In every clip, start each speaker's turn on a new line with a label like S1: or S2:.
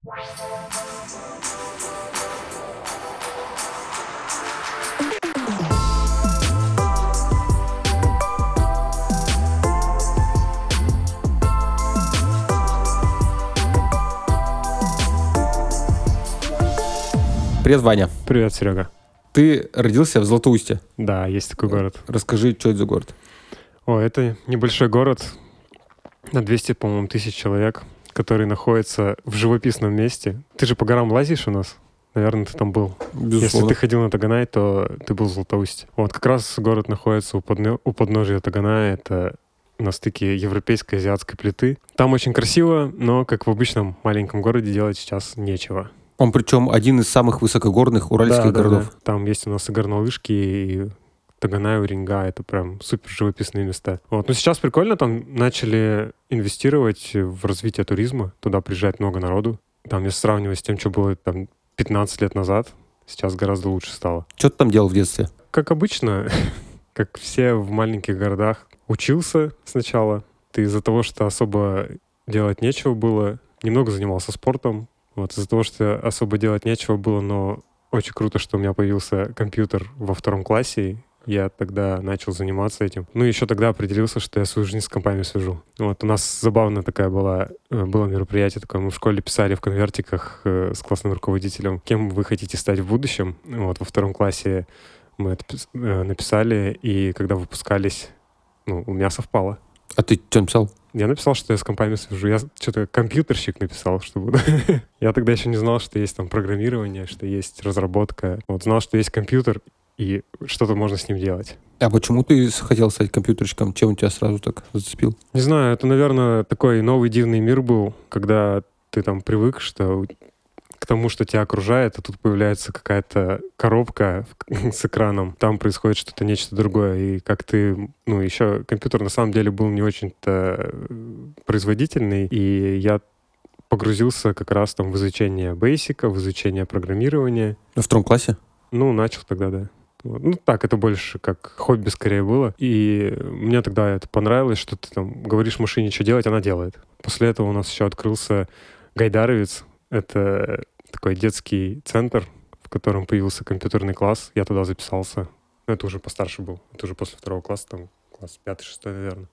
S1: Привет, Ваня.
S2: Привет, Серега.
S1: Ты родился в Златоусте.
S2: Да, есть такой город.
S1: Расскажи, что это за город?
S2: Это небольшой город на 200, по-моему, тысяч человек, который находится в живописном месте. Ты же по горам лазишь у нас? Наверное, ты там был.
S1: Безусловно.
S2: Если ты ходил на Таганай, то ты был в Златоусте. Как раз город находится у подножия Таганая. Это на стыке европейской и азиатской плиты. Там очень красиво, но, как в обычном маленьком городе, делать сейчас нечего.
S1: Он причем один из самых высокогорных уральских городов.
S2: Да. Там есть у нас и горнолыжки, и Таганай, Уренга. Это прям супер живописные места. Но сейчас прикольно, там начали инвестировать в развитие туризма. Туда приезжает много народу. Там, если сравнивать с тем, что было там 15 лет назад, сейчас гораздо лучше стало.
S1: Что ты там делал в детстве?
S2: Как обычно, как все в маленьких городах, учился сначала. Ты из-за того, что особо делать нечего было, немного занимался спортом. Из-за того, что особо делать нечего было, но очень круто, что у меня появился компьютер во 2 классе. Я тогда начал заниматься этим. Еще тогда определился, что я свою жизнь с компами свяжу. У нас забавно было мероприятие такое. Мы в школе писали в конвертиках с классным руководителем, кем вы хотите стать в будущем. Во 2 классе мы это написали, и когда выпускались, у меня совпало.
S1: А ты что написал?
S2: Я написал, что я с компами свяжу. Я что-то компьютерщик написал, что буду. Я тогда еще не знал, что есть там программирование, что есть разработка. Знал, что есть компьютер, и что-то можно с ним делать.
S1: А почему ты хотел стать компьютерщиком? Чем он тебя сразу так зацепил?
S2: Не знаю, это, наверное, такой новый дивный мир был, когда ты там привык, что к тому, что тебя окружает, а тут появляется какая-то коробка с экраном, там происходит что-то, нечто другое, и как ты... еще компьютер на самом деле был не очень-то производительный, и я погрузился как раз там в изучение бейсика, в изучение программирования.
S1: В 2 классе?
S2: Начал тогда, да. Так, это больше как хобби скорее было. И мне тогда это понравилось, что ты там говоришь машине, что делать, она делает. После этого у нас еще открылся Гайдаровец. Это такой детский центр, в котором появился компьютерный класс. Я туда записался. Это уже постарше был. Это уже после 2 класса, там класс 5-6, наверное.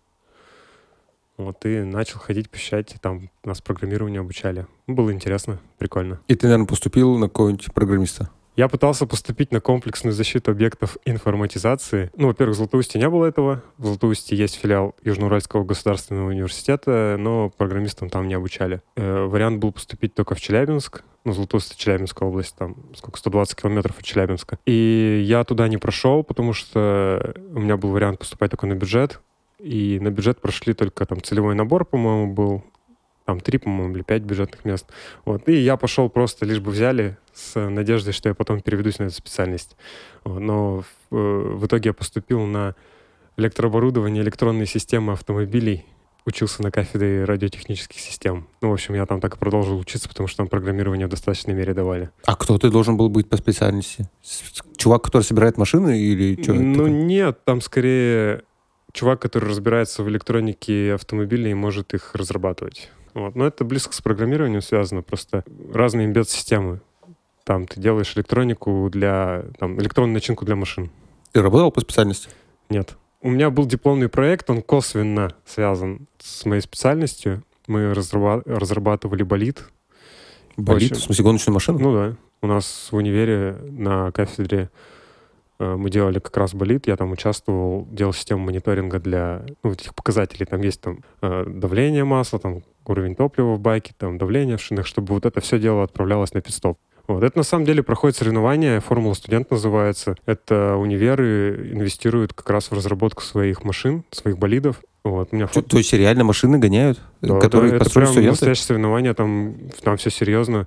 S2: И начал ходить, посещать. Там нас программированию обучали. Было интересно, прикольно.
S1: И ты, наверное, поступил на какого-нибудь программиста?
S2: Я пытался поступить на комплексную защиту объектов информатизации. Во-первых, в Златоусте не было этого. В Златоусте есть филиал Южноуральского государственного университета, но программистам там не обучали. Вариант был поступить только в Челябинск. Златоуст — Челябинская область, там 120 километров от Челябинска. И я туда не прошел, потому что у меня был вариант поступать только на бюджет. И на бюджет прошли только там целевой набор, по-моему, был. Там 3, по-моему, или 5 бюджетных мест. И я пошел просто, лишь бы взяли, с надеждой, что я потом переведусь на эту специальность. Но в итоге я поступил на электрооборудование, электронные системы автомобилей. Учился на кафедре радиотехнических систем. В общем, я там так и продолжил учиться, потому что там программирование в достаточной мере давали.
S1: А кто ты должен был быть по специальности? Чувак, который собирает машины или что?
S2: Нет, там скорее чувак, который разбирается в электронике автомобилей и может их разрабатывать. Но это близко с программированием связано, просто разные эмбед-системы. Там ты делаешь электронику электронную начинку для машин.
S1: Ты работал по специальности?
S2: Нет. У меня был дипломный проект, он косвенно связан с моей специальностью. Мы разрабатывали болид.
S1: Болид? В смысле, гоночную машину?
S2: Да. У нас в универе на кафедре мы делали как раз болид. Я там участвовал, делал систему мониторинга для этих показателей. Там есть давление масла, уровень топлива в баке, давление в шинах, чтобы это все дело отправлялось на пит-стоп. Это на самом деле проходит соревнование, «Формула студент» называется. Это универы инвестируют как раз в разработку своих машин, своих болидов. То
S1: есть реально машины гоняют,
S2: да,
S1: которые построили студенты?
S2: Это настоящее соревнование, там все серьезно.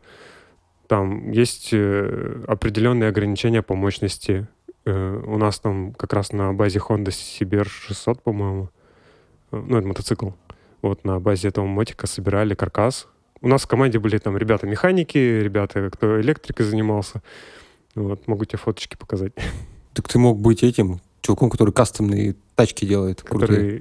S2: Там есть определенные ограничения по мощности. У нас там как раз на базе Honda CBR 600, по-моему, это мотоцикл. На базе этого мотика собирали каркас. У нас в команде были ребята-механики, ребята, кто электрикой занимался. Могу тебе фоточки показать.
S1: Так ты мог быть этим чуваком, который кастомные тачки делает.
S2: Который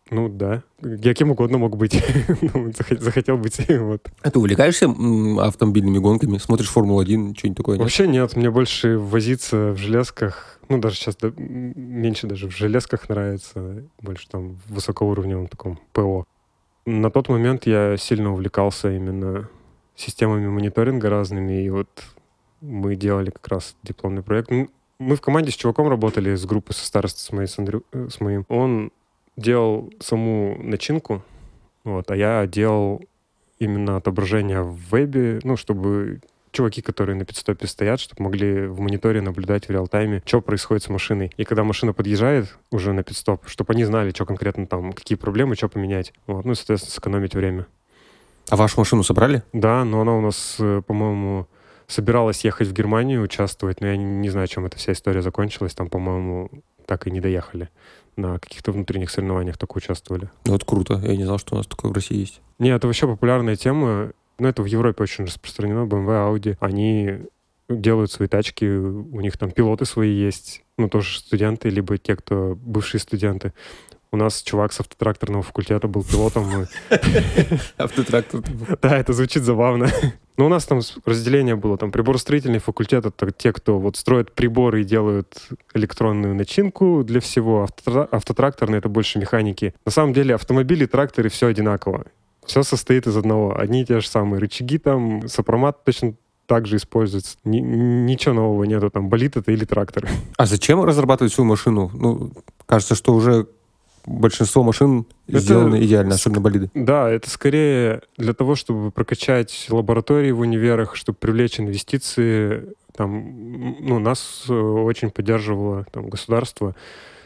S2: Ну да. Я кем угодно мог быть. Ну, захотел быть. Вот.
S1: А ты увлекаешься автомобильными гонками? Смотришь Формулу-1, что-нибудь такое? Нет?
S2: Вообще нет, мне больше возиться в железках. Ну, даже сейчас меньше даже в железках нравится. Больше там в высокоуровневом таком ПО. На тот момент я сильно увлекался именно системами мониторинга разными. И вот мы делали как раз дипломный проект. Мы в команде с чуваком работали, с группы со старостой с моим. Он делал саму начинку, вот, а я делал именно отображение в вебе, ну, чтобы чуваки, которые на пидстопе стоят, чтобы могли в мониторе наблюдать в реал-тайме, что происходит с машиной. И когда машина подъезжает уже на пидстоп, чтобы они знали, что конкретно там, какие проблемы, что поменять. Вот. Ну и, соответственно, сэкономить время.
S1: А вашу машину собрали?
S2: Да, но она у нас, по-моему, собиралась ехать в Германию участвовать, но я не знаю, чем эта вся история закончилась. Там, по-моему, так и не доехали. На каких-то внутренних соревнованиях только участвовали.
S1: Ну, это круто. Я не знал, что у нас такое в России есть.
S2: Не, это вообще популярная тема. Но это в Европе очень распространено. BMW, Audi, они делают свои тачки, у них там пилоты свои есть. Ну, тоже студенты, либо те, кто бывшие студенты. У нас чувак с автотракторного факультета был пилотом.
S1: Автотрактор.
S2: Да, это звучит забавно. Но у нас там разделение было. Там приборостроительный факультет — это те, кто вот строят приборы и делают электронную начинку для всего. Автотракторный — это больше механики. На самом деле автомобили, тракторы — все одинаково. Все состоит из одного. Одни и те же самые рычаги там, сопромат точно так же используется. Ничего нового нету. Там болид это или трактор.
S1: А зачем разрабатывать свою машину? Ну, кажется, что уже большинство машин сделаны идеально, особенно болиды.
S2: Да, это скорее для того, чтобы прокачать лаборатории в универах, чтобы привлечь инвестиции. Там, ну, нас очень поддерживало там, государство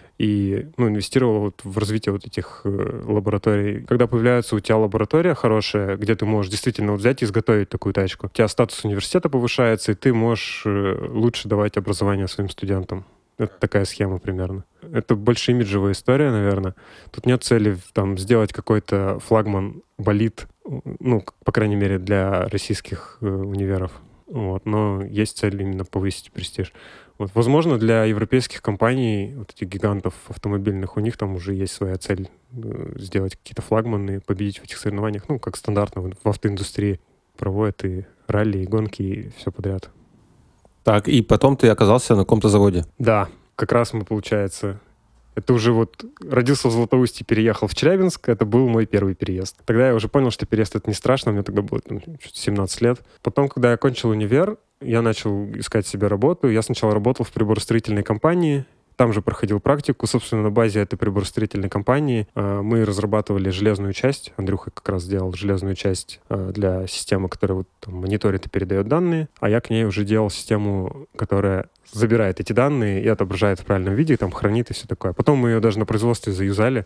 S2: и инвестировало вот в развитие вот этих лабораторий. Когда появляется у тебя лаборатория хорошая, где ты можешь действительно вот взять и изготовить такую тачку, у тебя статус университета повышается, и ты можешь лучше давать образование своим студентам. Это такая схема примерно. Это больше имиджевая история, наверное. Тут нет цели там сделать какой-то флагман болид, ну, по крайней мере, для российских универов. Вот. Но есть цель именно повысить престиж. Вот. Возможно, для европейских компаний, вот этих гигантов автомобильных, у них там уже есть своя цель сделать какие-то флагманы, победить в этих соревнованиях, ну, как стандартно в автоиндустрии проводят и ралли, и гонки, и все подряд.
S1: Так, и потом ты оказался на каком-то заводе.
S2: Да, как раз мы, получается, это уже вот родился в Златоусте, переехал в Челябинск, это был мой первый переезд. Тогда я уже понял, что переезд — это не страшно, мне тогда было 17 лет. Потом, когда я окончил универ, я начал искать себе работу. Я сначала работал в приборостроительной компании, там же проходил практику. Собственно, на базе этой приборостроительной компании мы разрабатывали железную часть. Андрюха как раз делал железную часть для системы, которая вот, там, мониторит и передает данные. А я к ней уже делал систему, которая забирает эти данные и отображает в правильном виде, там хранит и все такое. Потом мы ее даже на производстве заюзали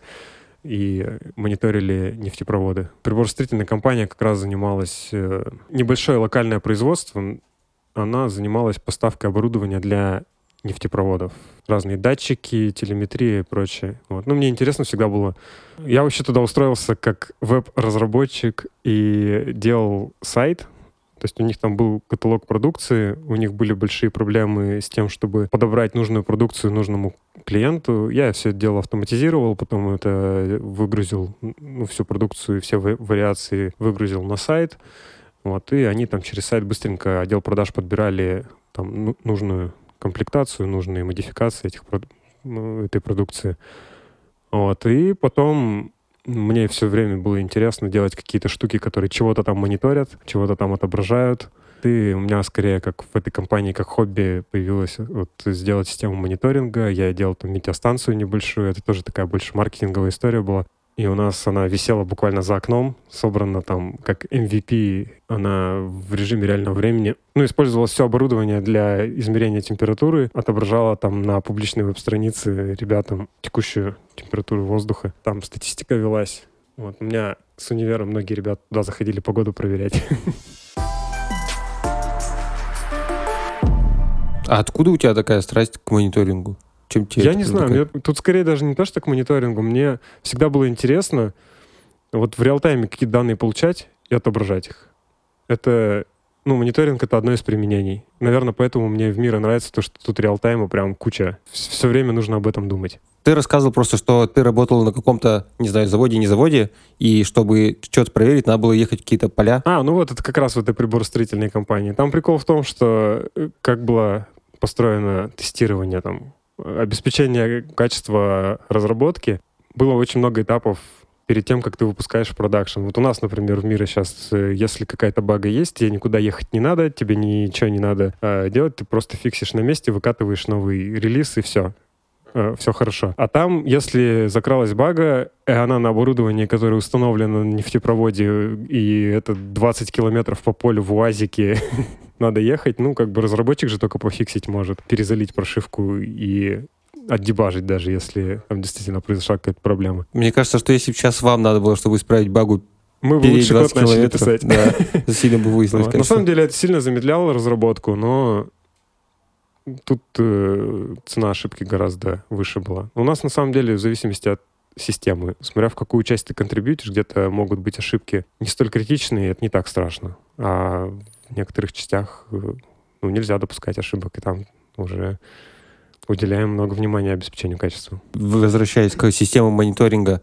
S2: и мониторили нефтепроводы. Приборостроительная компания как раз занималась небольшое локальное производство. Она занималась поставкой оборудования для нефтепроводов. Разные датчики, телеметрия и прочее. Вот. Ну, мне интересно всегда было. Я вообще туда устроился как веб-разработчик и делал сайт. То есть у них там был каталог продукции, у них были большие проблемы с тем, чтобы подобрать нужную продукцию нужному клиенту. Я все это дело автоматизировал, потом это выгрузил, всю продукцию и все вариации выгрузил на сайт. Вот, и они там через сайт быстренько, отдел продаж, подбирали там нужную комплектацию, нужные модификации этой продукции. Вот. И потом мне все время было интересно делать какие-то штуки, которые чего-то там мониторят, чего-то там отображают. И у меня скорее, как в этой компании, как хобби появилось вот, сделать систему мониторинга. Я делал там метеостанцию небольшую. Это тоже такая больше маркетинговая история была. И у нас она висела буквально за окном, собрана там как MVP, она в режиме реального времени. Использовалось все оборудование для измерения температуры, отображала там на публичной веб-странице ребятам текущую температуру воздуха. Там статистика велась. Вот. У меня с универа многие ребята туда заходили погоду проверять.
S1: А откуда у тебя такая страсть к мониторингу?
S2: Я не знаю, мне тут скорее даже не то, что к мониторингу. Мне всегда было интересно вот в реал-тайме какие-то данные получать и отображать их. Это, мониторинг — это одно из применений. Наверное, поэтому мне в мире нравится то, что тут реал-тайма прям куча. Все время нужно об этом думать.
S1: Ты рассказывал просто, что ты работал на каком-то, не знаю, заводе, не заводе, и чтобы что-то проверить, надо было ехать в какие-то поля.
S2: Ну вот это как раз в этой приборостроительной компании. Там прикол в том, что как было построено тестирование, там, обеспечение качества разработки, было очень много этапов перед тем, как ты выпускаешь в продакшн. Вот у нас, например, в мире сейчас, если какая-то бага есть, тебе никуда ехать не надо, тебе ничего не надо делать, ты просто фиксишь на месте, выкатываешь новый релиз, и все. Все хорошо. А там, если закралась бага, и она на оборудовании, которое установлено на нефтепроводе, и это 20 километров по полю в УАЗике надо ехать, разработчик же только пофиксить может, перезалить прошивку и отдебажить даже, если там действительно произошла какая-то проблема.
S1: Мне кажется, что если бы сейчас вам надо было, чтобы исправить багу,
S2: мы бы лучше код начали писать.
S1: Да, сильно бы выяснилось.
S2: На самом деле это сильно замедляло разработку, но тут цена ошибки гораздо выше была. У нас на самом деле в зависимости от системы, смотря в какую часть ты контрибьютишь, где-то могут быть ошибки не столь критичные, это не так страшно. А в некоторых частях нельзя допускать ошибок, и там уже уделяем много внимания обеспечению качества.
S1: Возвращаясь к системам мониторинга,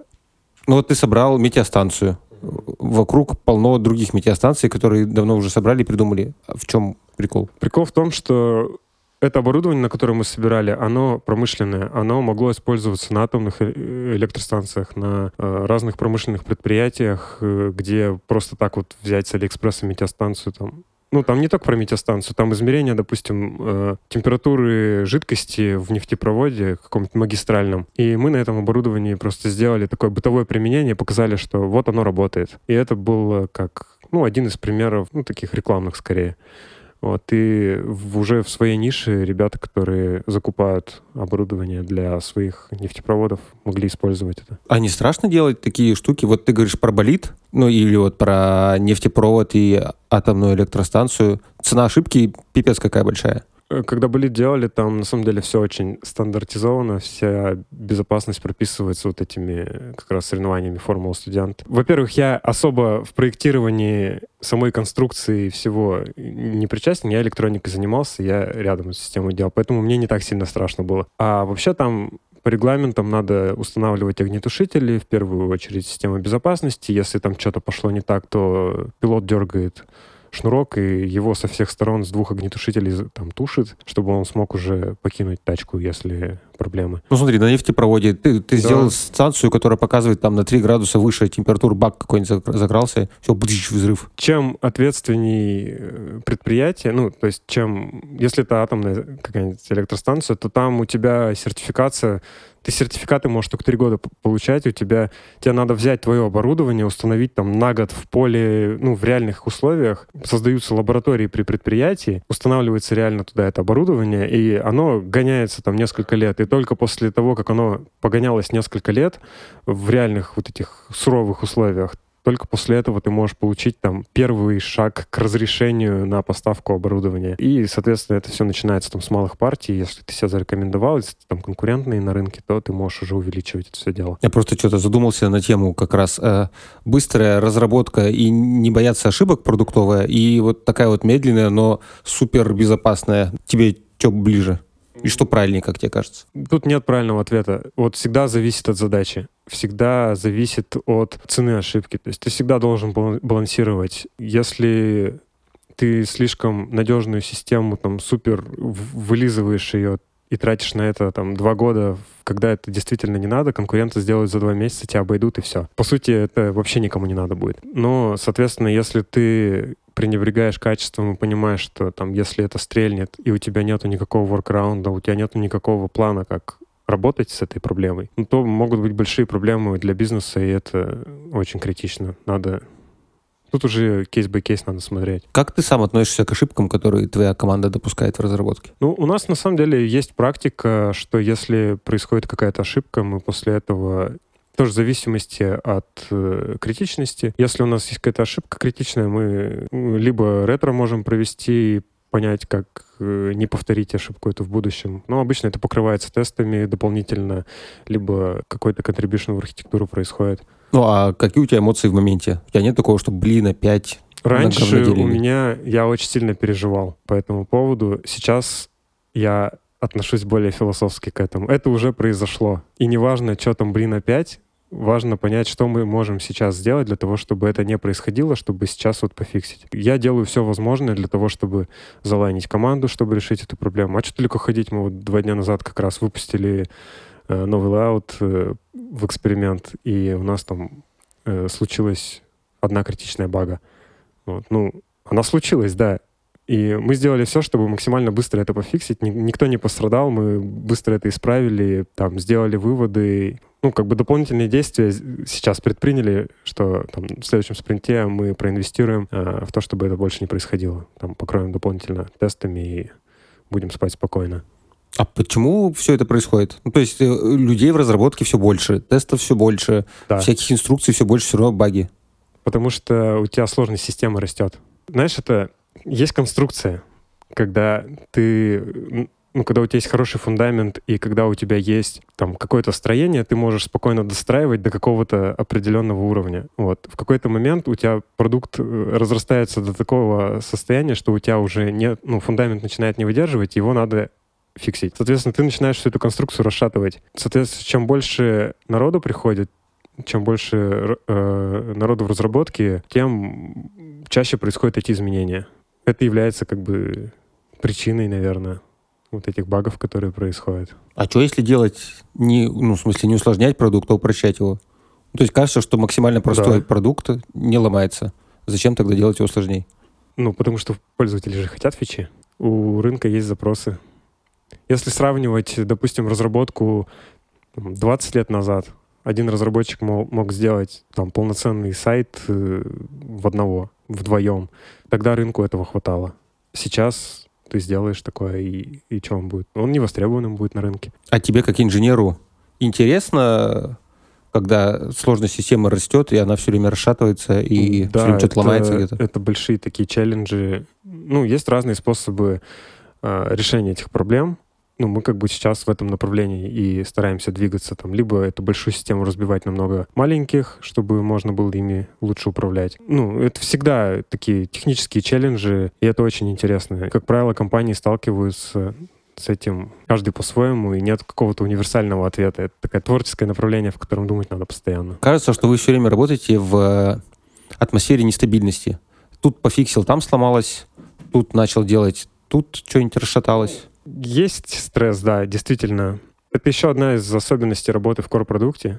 S1: вот ты собрал метеостанцию. Вокруг полно других метеостанций, которые давно уже собрали и придумали. В чем прикол?
S2: Прикол в том, что это оборудование, на которое мы собирали, оно промышленное, оно могло использоваться на атомных электростанциях, на разных промышленных предприятиях, где просто так вот взять с Алиэкспресса метеостанцию там. Там не только про метеостанцию, там измерение, допустим, температуры жидкости в нефтепроводе каком-то магистральном. И мы на этом оборудовании просто сделали такое бытовое применение, показали, что вот оно работает. И это был как, один из примеров, таких рекламных скорее. Вот, и уже в своей нише ребята, которые закупают оборудование для своих нефтепроводов, могли использовать это.
S1: А не страшно делать такие штуки? Вот ты говоришь про болид, или вот про нефтепровод и атомную электростанцию. Цена ошибки пипец какая большая.
S2: Когда болид делали, там на самом деле все очень стандартизовано, вся безопасность прописывается вот этими как раз соревнованиями Формула Студент. Во-первых, я особо в проектировании самой конструкции всего не причастен, я электроникой занимался, я рядом эту систему делал, поэтому мне не так сильно страшно было. А вообще там по регламентам надо устанавливать огнетушители, в первую очередь систему безопасности. Если там что-то пошло не так, то пилот дергает шнурок, и его со всех сторон с 2 огнетушителей там тушит, чтобы он смог уже покинуть тачку, если проблемы.
S1: Смотри, на нефтепроводе ты сделал станцию, которая показывает там на 3 градуса выше температуру, бак какой-нибудь закрался, все, взрыв.
S2: Чем ответственней предприятие, то есть если это атомная какая-нибудь электростанция, то там у тебя сертификация. Ты сертификаты можешь только 3 года получать, тебе надо взять твое оборудование, установить там на год в поле, в реальных условиях. Создаются лаборатории при предприятии, устанавливается реально туда это оборудование, и оно гоняется там несколько лет. И только после того, как оно погонялось несколько лет в реальных вот этих суровых условиях, только после этого ты можешь получить там первый шаг к разрешению на поставку оборудования. И, соответственно, это все начинается там с малых партий. Если ты себя зарекомендовал, если ты там конкурентный на рынке, то ты можешь уже увеличивать это все дело.
S1: Я просто что-то задумался на тему как раз быстрая разработка и не бояться ошибок продуктовая, и вот такая вот медленная, но супер безопасная. Тебе что ближе? И что правильнее, как тебе кажется?
S2: Тут нет правильного ответа. Вот всегда зависит от задачи. Всегда зависит от цены ошибки. То есть ты всегда должен балансировать. Если ты слишком надежную систему, там, супер вылизываешь ее и тратишь на это там 2 года, когда это действительно не надо, конкуренты сделают за 2 месяца, тебя обойдут и все. По сути, это вообще никому не надо будет. Но, соответственно, если ты пренебрегаешь качеством и понимаешь, что там, если это стрельнет, и у тебя нету никакого воркараунда, у тебя нету никакого плана, как работать с этой проблемой, то могут быть большие проблемы для бизнеса, и это очень критично. Тут уже кейс-бай-кейс надо смотреть.
S1: Как ты сам относишься к ошибкам, которые твоя команда допускает в разработке?
S2: У нас на самом деле есть практика, что если происходит какая-то ошибка, мы после этого тоже в зависимости от критичности. Если у нас есть какая-то ошибка критичная, мы либо ретро можем провести и понять, как не повторить ошибку эту в будущем. Но обычно это покрывается тестами дополнительно, либо какой-то contribution в архитектуру происходит.
S1: А какие у тебя эмоции в моменте? У тебя нет такого, что, опять
S2: Раньше я очень сильно переживал по этому поводу. Сейчас я отношусь более философски к этому. Это уже произошло. И неважно, что там, опять, важно понять, что мы можем сейчас сделать для того, чтобы это не происходило, чтобы сейчас вот пофиксить. Я делаю все возможное для того, чтобы залайнить команду, чтобы решить эту проблему. А что далеко ходить? Мы вот 2 дня назад как раз выпустили новый лаyout в эксперимент, и у нас там случилась одна критичная бага. Вот. Ну, она случилась, да. И мы сделали все, чтобы максимально быстро это пофиксить. Никто не пострадал, мы быстро это исправили, там, сделали выводы. Ну, как бы дополнительные действия сейчас предприняли, что там, в следующем спринте мы проинвестируем в то, чтобы это больше не происходило. Там, покроем дополнительно тестами и будем спать спокойно.
S1: А почему все это происходит? Ну, то есть людей в разработке все больше, тестов все больше,
S2: Да.
S1: всяких инструкций все больше, все равно баги.
S2: Потому что у тебя сложность системы растет. Знаешь, это есть конструкция, когда ты, ну, когда у тебя есть хороший фундамент, и когда у тебя есть там какое-то строение, ты можешь спокойно достраивать до какого-то определенного уровня. Вот. В какой-то момент у тебя продукт разрастается до такого состояния, что у тебя уже нет, ну, фундамент начинает не выдерживать, его надо фиксить. Соответственно, ты начинаешь всю эту конструкцию расшатывать. Соответственно, чем больше народу приходит, чем больше народу в разработке, тем чаще происходят эти изменения. Это является как бы причиной, наверное, вот этих багов, которые происходят.
S1: А что если делать, не, ну, в смысле, не усложнять продукт, а упрощать его? То есть кажется, что максимально простой продукт не ломается. Зачем тогда делать его сложнее?
S2: Ну, потому что пользователи же хотят фичи. У рынка есть запросы. Если сравнивать, допустим, разработку 20 лет назад, один разработчик мог сделать там полноценный сайт вдвоем. Тогда рынку этого хватало. Сейчас ты сделаешь такое, и что он будет? Он невостребованным будет на рынке.
S1: А тебе, как инженеру, интересно, когда сложность системы растет, и она все время расшатывается, и
S2: да,
S1: все время что-то ломается где-то?
S2: Это большие такие челленджи. Ну, есть разные способы решения этих проблем. Ну, мы как бы сейчас в этом направлении и стараемся двигаться. Там, либо эту большую систему разбивать на много маленьких, чтобы можно было ими лучше управлять. Ну, это всегда такие технические челленджи, и это очень интересно. Как правило, компании сталкиваются с этим каждый по-своему, и нет какого-то универсального ответа. Это такое творческое направление, в котором думать надо постоянно.
S1: Кажется, что вы все время работаете в атмосфере нестабильности. Тут пофиксил, там сломалось, тут начал делать, тут что-нибудь расшаталось.
S2: Есть стресс, да, действительно. Это еще одна из особенностей работы в core-продукте.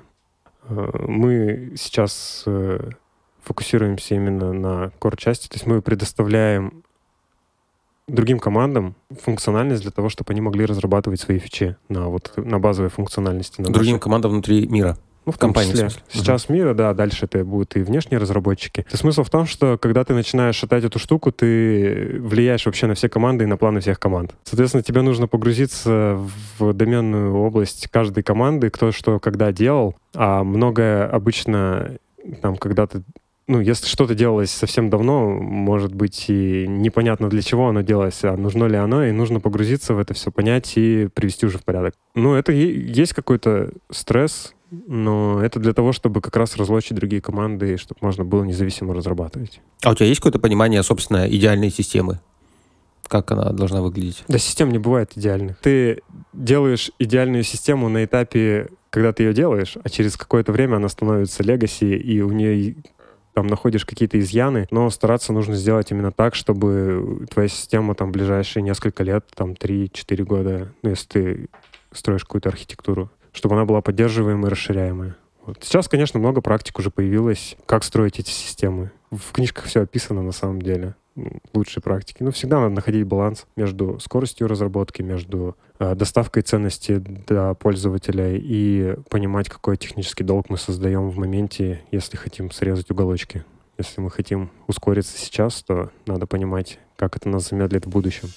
S2: Мы сейчас фокусируемся именно на core-части, то есть мы предоставляем другим командам функциональность для того, чтобы они могли разрабатывать свои фичи на базовой функциональности.
S1: Другим командам внутри мира.
S2: Ну, в компании, в смысле. Сейчас мира, да, дальше это будут и внешние разработчики. И смысл в том, что когда ты начинаешь шатать эту штуку, ты влияешь вообще на все команды и на планы всех команд. Соответственно, тебе нужно погрузиться в доменную область каждой команды, кто что когда делал, а многое обычно там когда-то, ну, если что-то делалось совсем давно, может быть, и непонятно для чего оно делалось, а нужно ли оно, и нужно погрузиться в это все, понять и привести уже в порядок. Ну, это есть какой-то стресс, но это для того, чтобы как раз разлочить другие команды, чтобы можно было независимо разрабатывать.
S1: А у тебя есть какое-то понимание, собственно, идеальной системы? Как она должна выглядеть?
S2: Да, систем не бывает идеальных. Ты делаешь идеальную систему на этапе, когда ты ее делаешь, а через какое-то время она становится легаси, и у нее там находишь какие-то изъяны, но стараться нужно сделать именно так, чтобы твоя система там ближайшие несколько лет, там 3-4 года, ну, если ты строишь какую-то архитектуру, чтобы она была поддерживаемая и расширяемая. Вот. Сейчас, конечно, много практик уже появилось, как строить эти системы. В книжках все описано на самом деле. Лучшие практики. Но всегда надо находить баланс между скоростью разработки, между доставкой ценности для пользователя и понимать, какой технический долг мы создаем в моменте, если хотим срезать уголочки. Если мы хотим ускориться сейчас, то надо понимать, как это нас замедлит в будущем.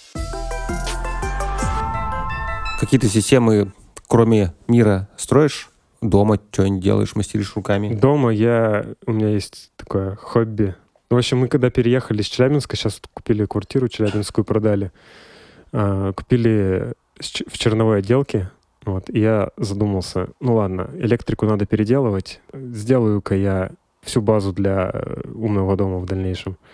S1: Какие-то системы, кроме мира, строишь? Дома что-нибудь делаешь, мастеришь руками?
S2: Дома у меня есть такое хобби. В общем, мы когда переехали из Челябинска, сейчас купили квартиру челябинскую, продали, купили в черновой отделке, вот, и я задумался, ну ладно, электрику надо переделывать, сделаю-ка я всю базу для умного дома в дальнейшем.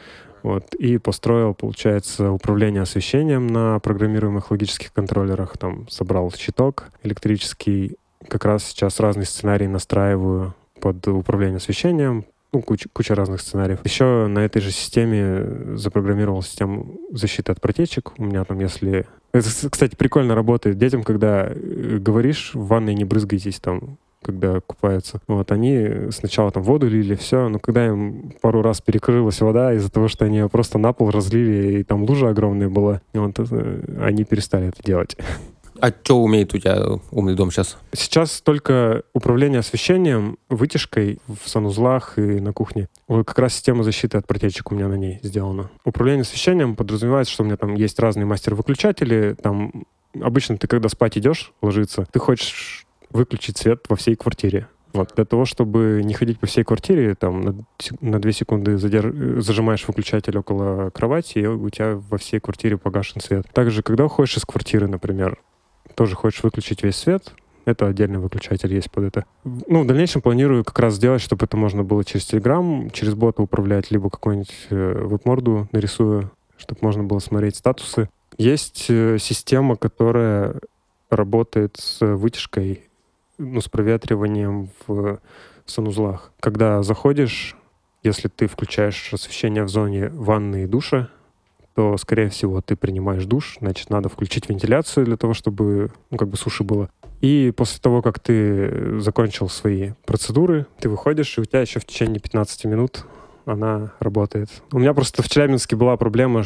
S2: Вот, и построил, получается, управление освещением на программируемых логических контроллерах. Там собрал щиток электрический. Как раз сейчас разные сценарии настраиваю под управление освещением. Ну, куча разных сценариев. Еще на этой же системе запрограммировал систему защиты от протечек. У меня там, если... Это, кстати, прикольно работает детям, когда говоришь, в ванной не брызгайтесь там, когда купаются. Вот, они сначала там воду лили, все, но когда им пару раз перекрылась вода из-за того, что они ее просто на пол разлили, и там лужа огромная была, вот, они перестали это делать.
S1: А что умеет у тебя умный дом сейчас?
S2: Сейчас только управление освещением, вытяжкой в санузлах и на кухне. Вот как раз система защиты от протечек у меня на ней сделана. Управление освещением подразумевает, что у меня там есть разные мастер-выключатели. Там обычно ты, когда спать идешь, ложиться, ты хочешь выключить свет во всей квартире. Вот. Для того, чтобы не ходить по всей квартире, там на 2 секунды зажимаешь выключатель около кровати, и у тебя во всей квартире погашен свет. Также, когда уходишь из квартиры, например, тоже хочешь выключить весь свет, это отдельный выключатель есть под это. Ну, в дальнейшем планирую как раз сделать, чтобы это можно было через Telegram, через бота управлять, либо какую-нибудь веб-морду нарисую, чтобы можно было смотреть статусы. Есть система, которая работает с вытяжкой, ну, с проветриванием в санузлах. Когда заходишь, если ты включаешь освещение в зоне ванны и душа, то, скорее всего, ты принимаешь душ, значит, надо включить вентиляцию для того, чтобы, ну, как бы суши было. И после того, как ты закончил свои процедуры, ты выходишь, и у тебя еще в течение 15 минут она работает. У меня просто в Челябинске была проблема,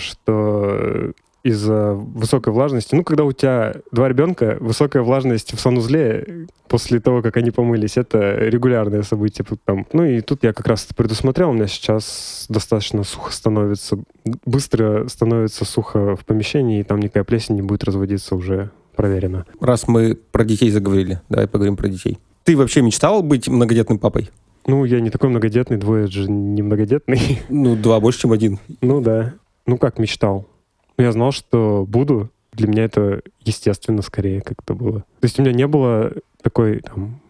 S2: что из-за высокой влажности, ну, когда у тебя 2 ребенка, высокая влажность в санузле после того, как они помылись, это регулярное событие. Там. Ну, и тут я как раз это предусмотрел. У меня сейчас достаточно сухо становится, быстро становится сухо в помещении, и там никакая плесень не будет разводиться, уже проверено.
S1: Раз мы про детей заговорили, давай поговорим про детей. Ты вообще мечтал быть многодетным папой?
S2: Ну, я не такой многодетный, 2 же не многодетный.
S1: Ну, 2 больше, чем 1.
S2: Ну, да. Ну, как мечтал? Я знал, что буду. Для меня это естественно скорее как-то было. То есть у меня не было такой там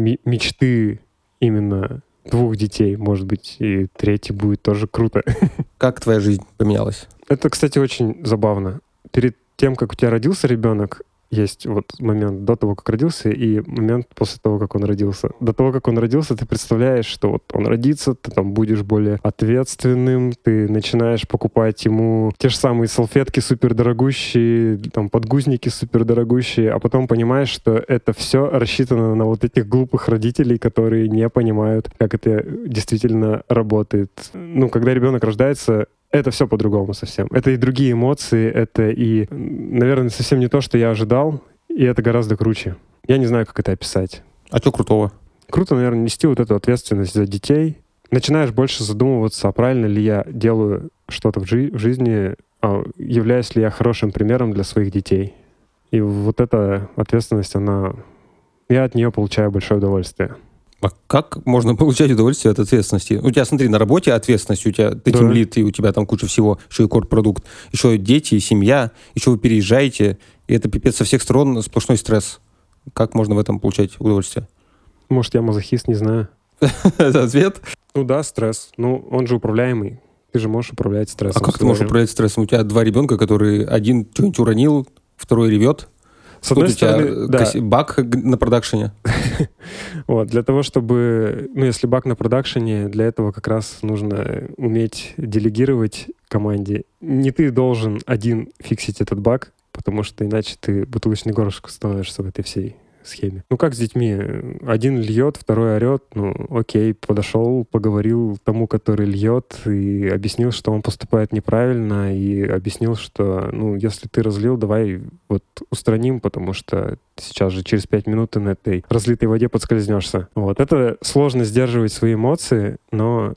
S2: мечты именно 2 детей. Может быть, и 3 будет тоже круто.
S1: Как твоя жизнь поменялась?
S2: Это, кстати, очень забавно. Перед тем, как у тебя родился ребенок, есть вот момент до того, как родился, и момент после того, как он родился. До того, как он родился, ты представляешь, что вот он родится, ты там будешь более ответственным, ты начинаешь покупать ему те же самые салфетки супердорогущие, там подгузники супердорогущие, а потом понимаешь, что это все рассчитано на вот этих глупых родителей, которые не понимают, как это действительно работает. Ну, когда ребенок рождается, это все по-другому совсем. Это и другие эмоции, это и, наверное, совсем не то, что я ожидал, и это гораздо круче. Я не знаю, как это описать.
S1: А что крутого?
S2: Круто, наверное, нести вот эту ответственность за детей. Начинаешь больше задумываться, а правильно ли я делаю что-то в жизни, являюсь ли я хорошим примером для своих детей. И вот эта ответственность, я от нее получаю большое удовольствие.
S1: А как можно получать удовольствие от ответственности? У тебя, смотри, на работе ответственность, ты тимлид, и у тебя там куча всего, еще и корпродукт, еще дети, семья, еще вы переезжаете, и это пипец со всех сторон сплошной стресс. Как можно в этом получать удовольствие?
S2: Может, я мазохист, не знаю.
S1: Это ответ?
S2: Ну да, стресс. Ну, он же управляемый. Ты же можешь управлять стрессом.
S1: А как ты можешь управлять стрессом? У тебя 2 ребенка, которые один что-нибудь уронил, второй ревет.
S2: С одной стороны,
S1: у тебя баг на продакшене.
S2: Вот, для того, чтобы... Ну, если баг на продакшене, для этого как раз нужно уметь делегировать команде. Не ты должен один фиксить этот баг, потому что иначе ты бутылочный горлышко становишься в этой всей схеме. Ну, как с детьми? Один льет, второй орет. Ну, окей, подошел, поговорил тому, который льет, и объяснил, что он поступает неправильно, и объяснил, что, ну, если ты разлил, давай вот устраним, потому что сейчас же через 5 минут ты на этой разлитой воде подскользнешься. Вот. Это сложно сдерживать свои эмоции, но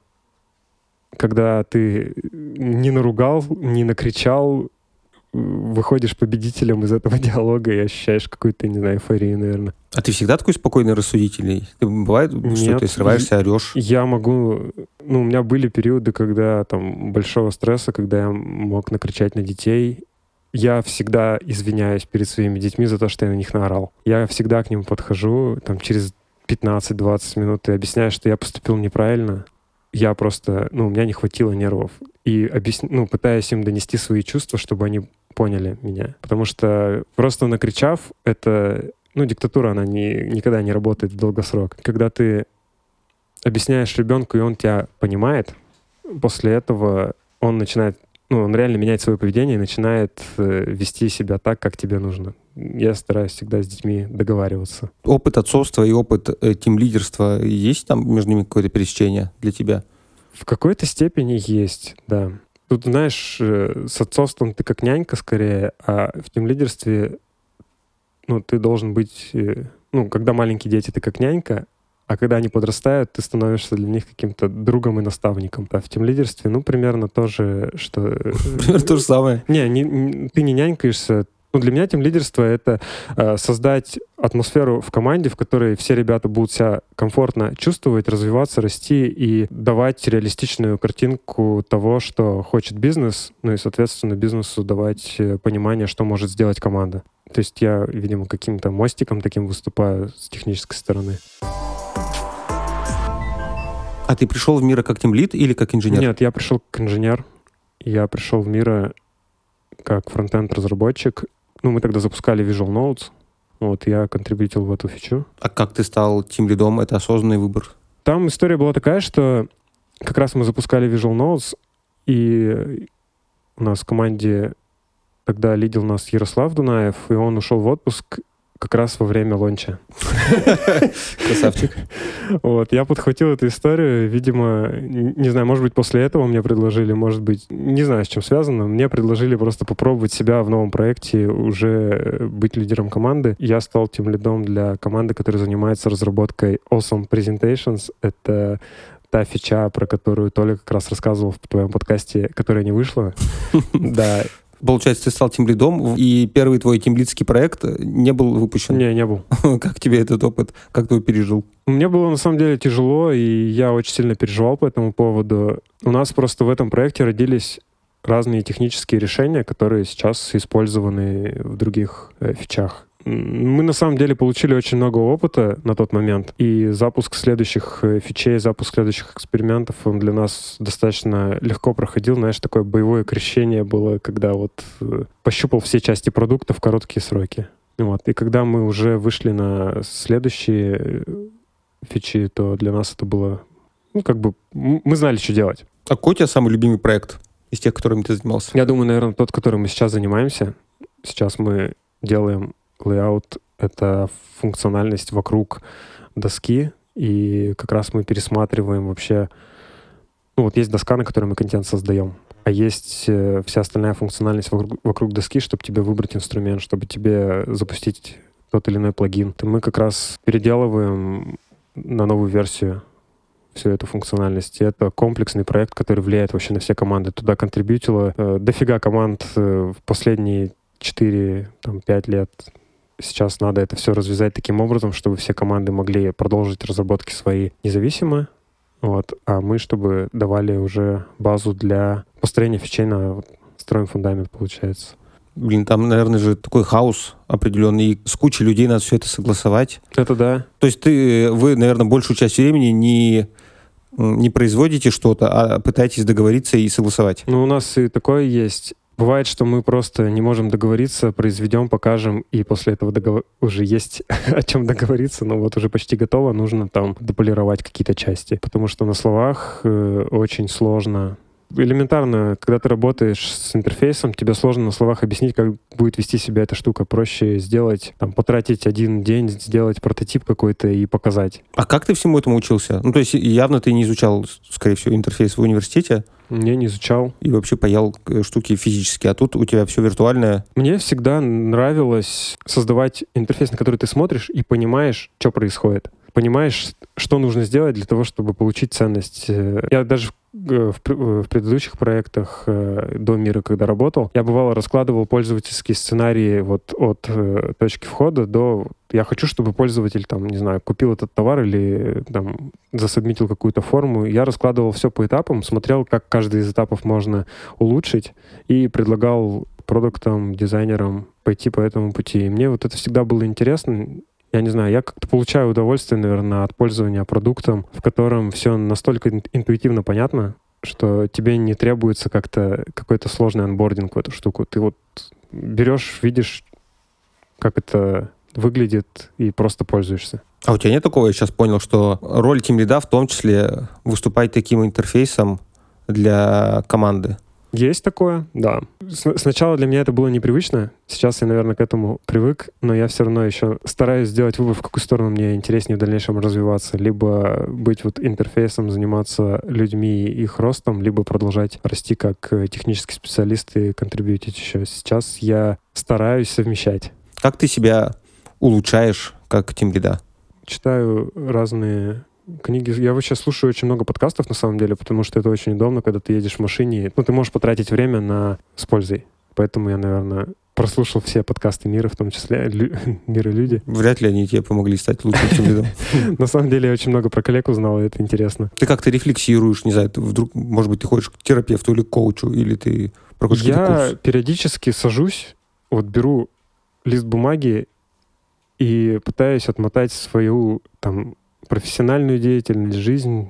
S2: когда ты не наругал, не накричал, выходишь победителем из этого диалога и ощущаешь какую-то, не знаю, эйфорию, наверное. А
S1: ты всегда такой спокойный, рассудительный? Ты бывает, что ты срываешься, орешь?
S2: Я могу... Ну, у меня были периоды, когда там большого стресса, когда я мог накричать на детей. Я всегда извиняюсь перед своими детьми за то, что я на них наорал. Я всегда к ним подхожу там через 15-20 минут и объясняю, что я поступил неправильно. я просто, у меня не хватило нервов. И пытаясь им донести свои чувства, чтобы они поняли меня. Потому что просто накричав, диктатура, она никогда не работает в долгосрок. Когда ты объясняешь ребенку, и он тебя понимает, после этого он начинает, он реально меняет свое поведение и начинает вести себя так, как тебе нужно. Я стараюсь всегда с детьми договариваться.
S1: Опыт отцовства и опыт тимлидерства, есть там между ними какое-то пересечение для тебя?
S2: В какой-то степени есть, да. Тут, знаешь, с отцовством ты как нянька скорее, а в тимлидерстве ты должен быть... когда маленькие дети, ты как нянька, а когда они подрастают, ты становишься для них каким-то другом и наставником. А в тимлидерстве, примерно то же, что...
S1: Примерно то же самое.
S2: Ты не нянькаешься. Для меня тимлидерство — это создать атмосферу в команде, в которой все ребята будут себя комфортно чувствовать, развиваться, расти и давать реалистичную картинку того, что хочет бизнес, и, соответственно, бизнесу давать понимание, что может сделать команда. То есть я, видимо, каким-то мостиком таким выступаю с технической стороны.
S1: А ты пришел в Мира как тимлид или как инженер?
S2: Нет, я пришел как инженер. Я пришел в Мира как фронтенд-разработчик. Мы тогда запускали Visual Notes. Я контрибьютил в эту фичу.
S1: А как ты стал тимлидом? Это осознанный выбор?
S2: Там история была такая, что как раз мы запускали Visual Notes, и у нас в команде тогда лидил нас Ярослав Дунаев, и он ушел в отпуск как раз во время лонча.
S1: Красавчик.
S2: Я подхватил эту историю. Видимо, не знаю, может быть, после этого мне предложили, может быть, не знаю, с чем связано, мне предложили просто попробовать себя в новом проекте, уже быть лидером команды. Я стал тимлидом для команды, которая занимается разработкой Awesome Presentations. Это та фича, про которую Толя как раз рассказывал в твоем подкасте, которая не вышла. Да.
S1: Получается, ты стал тимлидом, и первый твой тимлидский проект не был выпущен?
S2: Не был.
S1: Как тебе этот опыт? Как ты его пережил?
S2: Мне было, на самом деле, тяжело, и я очень сильно переживал по этому поводу. У нас просто в этом проекте родились разные технические решения, которые сейчас использованы в других фичах. Мы, на самом деле, получили очень много опыта на тот момент, и запуск следующих фичей, запуск следующих экспериментов, он для нас достаточно легко проходил. Знаешь, такое боевое крещение было, когда пощупал все части продукта в короткие сроки. И когда мы уже вышли на следующие фичи, то для нас это было... мы знали, что делать.
S1: А какой у тебя самый любимый проект из тех, которыми ты занимался?
S2: Я думаю, наверное, тот, которым мы сейчас занимаемся. Сейчас мы делаем layout — это функциональность вокруг доски, и как раз мы пересматриваем вообще... есть доска, на которой мы контент создаем, а есть вся остальная функциональность вокруг доски, чтобы тебе выбрать инструмент, чтобы тебе запустить тот или иной плагин. Мы как раз переделываем на новую версию всю эту функциональность. И это комплексный проект, который влияет вообще на все команды. Туда контрибьютило дофига команд в последние 4-5 лет. Сейчас надо это все развязать таким образом, чтобы все команды могли продолжить разработки свои независимо, а мы, чтобы давали уже базу для построения фичей на строим фундамент, получается.
S1: Там, наверное, же такой хаос определенный, и с кучей людей надо все это согласовать.
S2: Это да.
S1: То есть вы, наверное, большую часть времени не производите что-то, а пытаетесь договориться и согласовать.
S2: У нас и такое есть. Бывает, что мы просто не можем договориться, произведем, покажем, и после этого уже есть о чем договориться, но уже почти готово, нужно там дополировать какие-то части. Потому что на словах очень сложно. Элементарно, когда ты работаешь с интерфейсом, тебе сложно на словах объяснить, как будет вести себя эта штука. Проще сделать, потратить один день, сделать прототип какой-то и показать.
S1: А как ты всему этому учился? То есть явно ты не изучал, скорее всего, интерфейс в университете?
S2: Не изучал.
S1: И вообще паял штуки физически, а тут у тебя все виртуальное. Мне
S2: всегда нравилось создавать интерфейс, на который ты смотришь и понимаешь, что происходит. Понимаешь, что нужно сделать для того, чтобы получить ценность. Я даже в предыдущих проектах до Мира, когда работал, я бывало раскладывал пользовательские сценарии от точки входа до... Я хочу, чтобы пользователь, купил этот товар или засубмитил какую-то форму. Я раскладывал все по этапам, смотрел, как каждый из этапов можно улучшить, и предлагал продуктам, дизайнерам пойти по этому пути. И мне это всегда было интересно. Я не знаю, я как-то получаю удовольствие, наверное, от пользования продуктом, в котором все настолько интуитивно понятно, что тебе не требуется как-то какой-то сложный анбординг в эту штуку. Ты вот берешь, видишь, как это выглядит, и просто пользуешься.
S1: А у тебя нет такого, я сейчас понял, что роль тимлида в том числе выступать таким интерфейсом для команды?
S2: Есть такое, да. Сначала для меня это было непривычно. Сейчас я, наверное, к этому привык, но я все равно еще стараюсь сделать выбор, в какую сторону мне интереснее в дальнейшем развиваться. Либо быть вот интерфейсом, заниматься людьми и их ростом, либо продолжать расти как технический специалист и контрибьютить еще. Сейчас я стараюсь совмещать.
S1: Как ты себя улучшаешь как тимлида?
S2: Читаю разные книги. Я вообще слушаю очень много подкастов, на самом деле, потому что это очень удобно, когда ты едешь в машине. Ну, ты можешь потратить время с пользой. Поэтому я, наверное, прослушал все подкасты мира, в том числе «Мир и люди».
S1: Вряд ли они тебе помогли стать лучшим тимлидом.
S2: На самом деле, я очень много про коллег узнал, и это интересно.
S1: Ты как-то рефлексируешь, не знаю, вдруг, может быть, ты ходишь к терапевту или к коучу, или ты проходишь какой-то курс?
S2: Я периодически сажусь, вот беру лист бумаги и пытаюсь отмотать свою там профессиональную деятельность, жизнь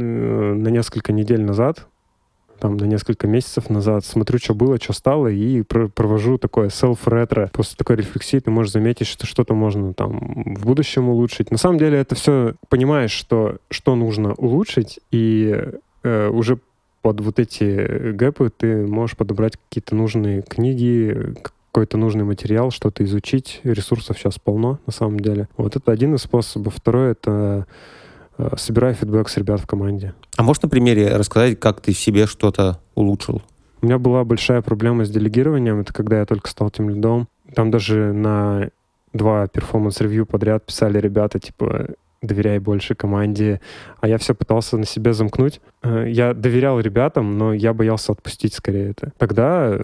S2: на несколько недель назад, там, на несколько месяцев назад, смотрю, что было, что стало, и провожу такое self-ретро. После такой рефлексии ты можешь заметить, что что-то можно там в будущем улучшить. На самом деле это все понимаешь, что нужно улучшить, и уже под вот эти гэпы ты можешь подобрать какие-то нужные книги, какой-то нужный материал, что-то изучить. Ресурсов сейчас полно, на самом деле. Вот это один из способов. Второй — это собираю фидбэк с ребят в команде.
S1: А можешь на примере рассказать, как ты себе что-то улучшил?
S2: У меня была большая проблема с делегированием. Это когда я только стал тимлидом. Там даже на 2 перформанс-ревью подряд писали ребята, типа, доверяй больше команде. А я все пытался на себе замкнуть. Я доверял ребятам, но я боялся отпустить скорее это. Тогда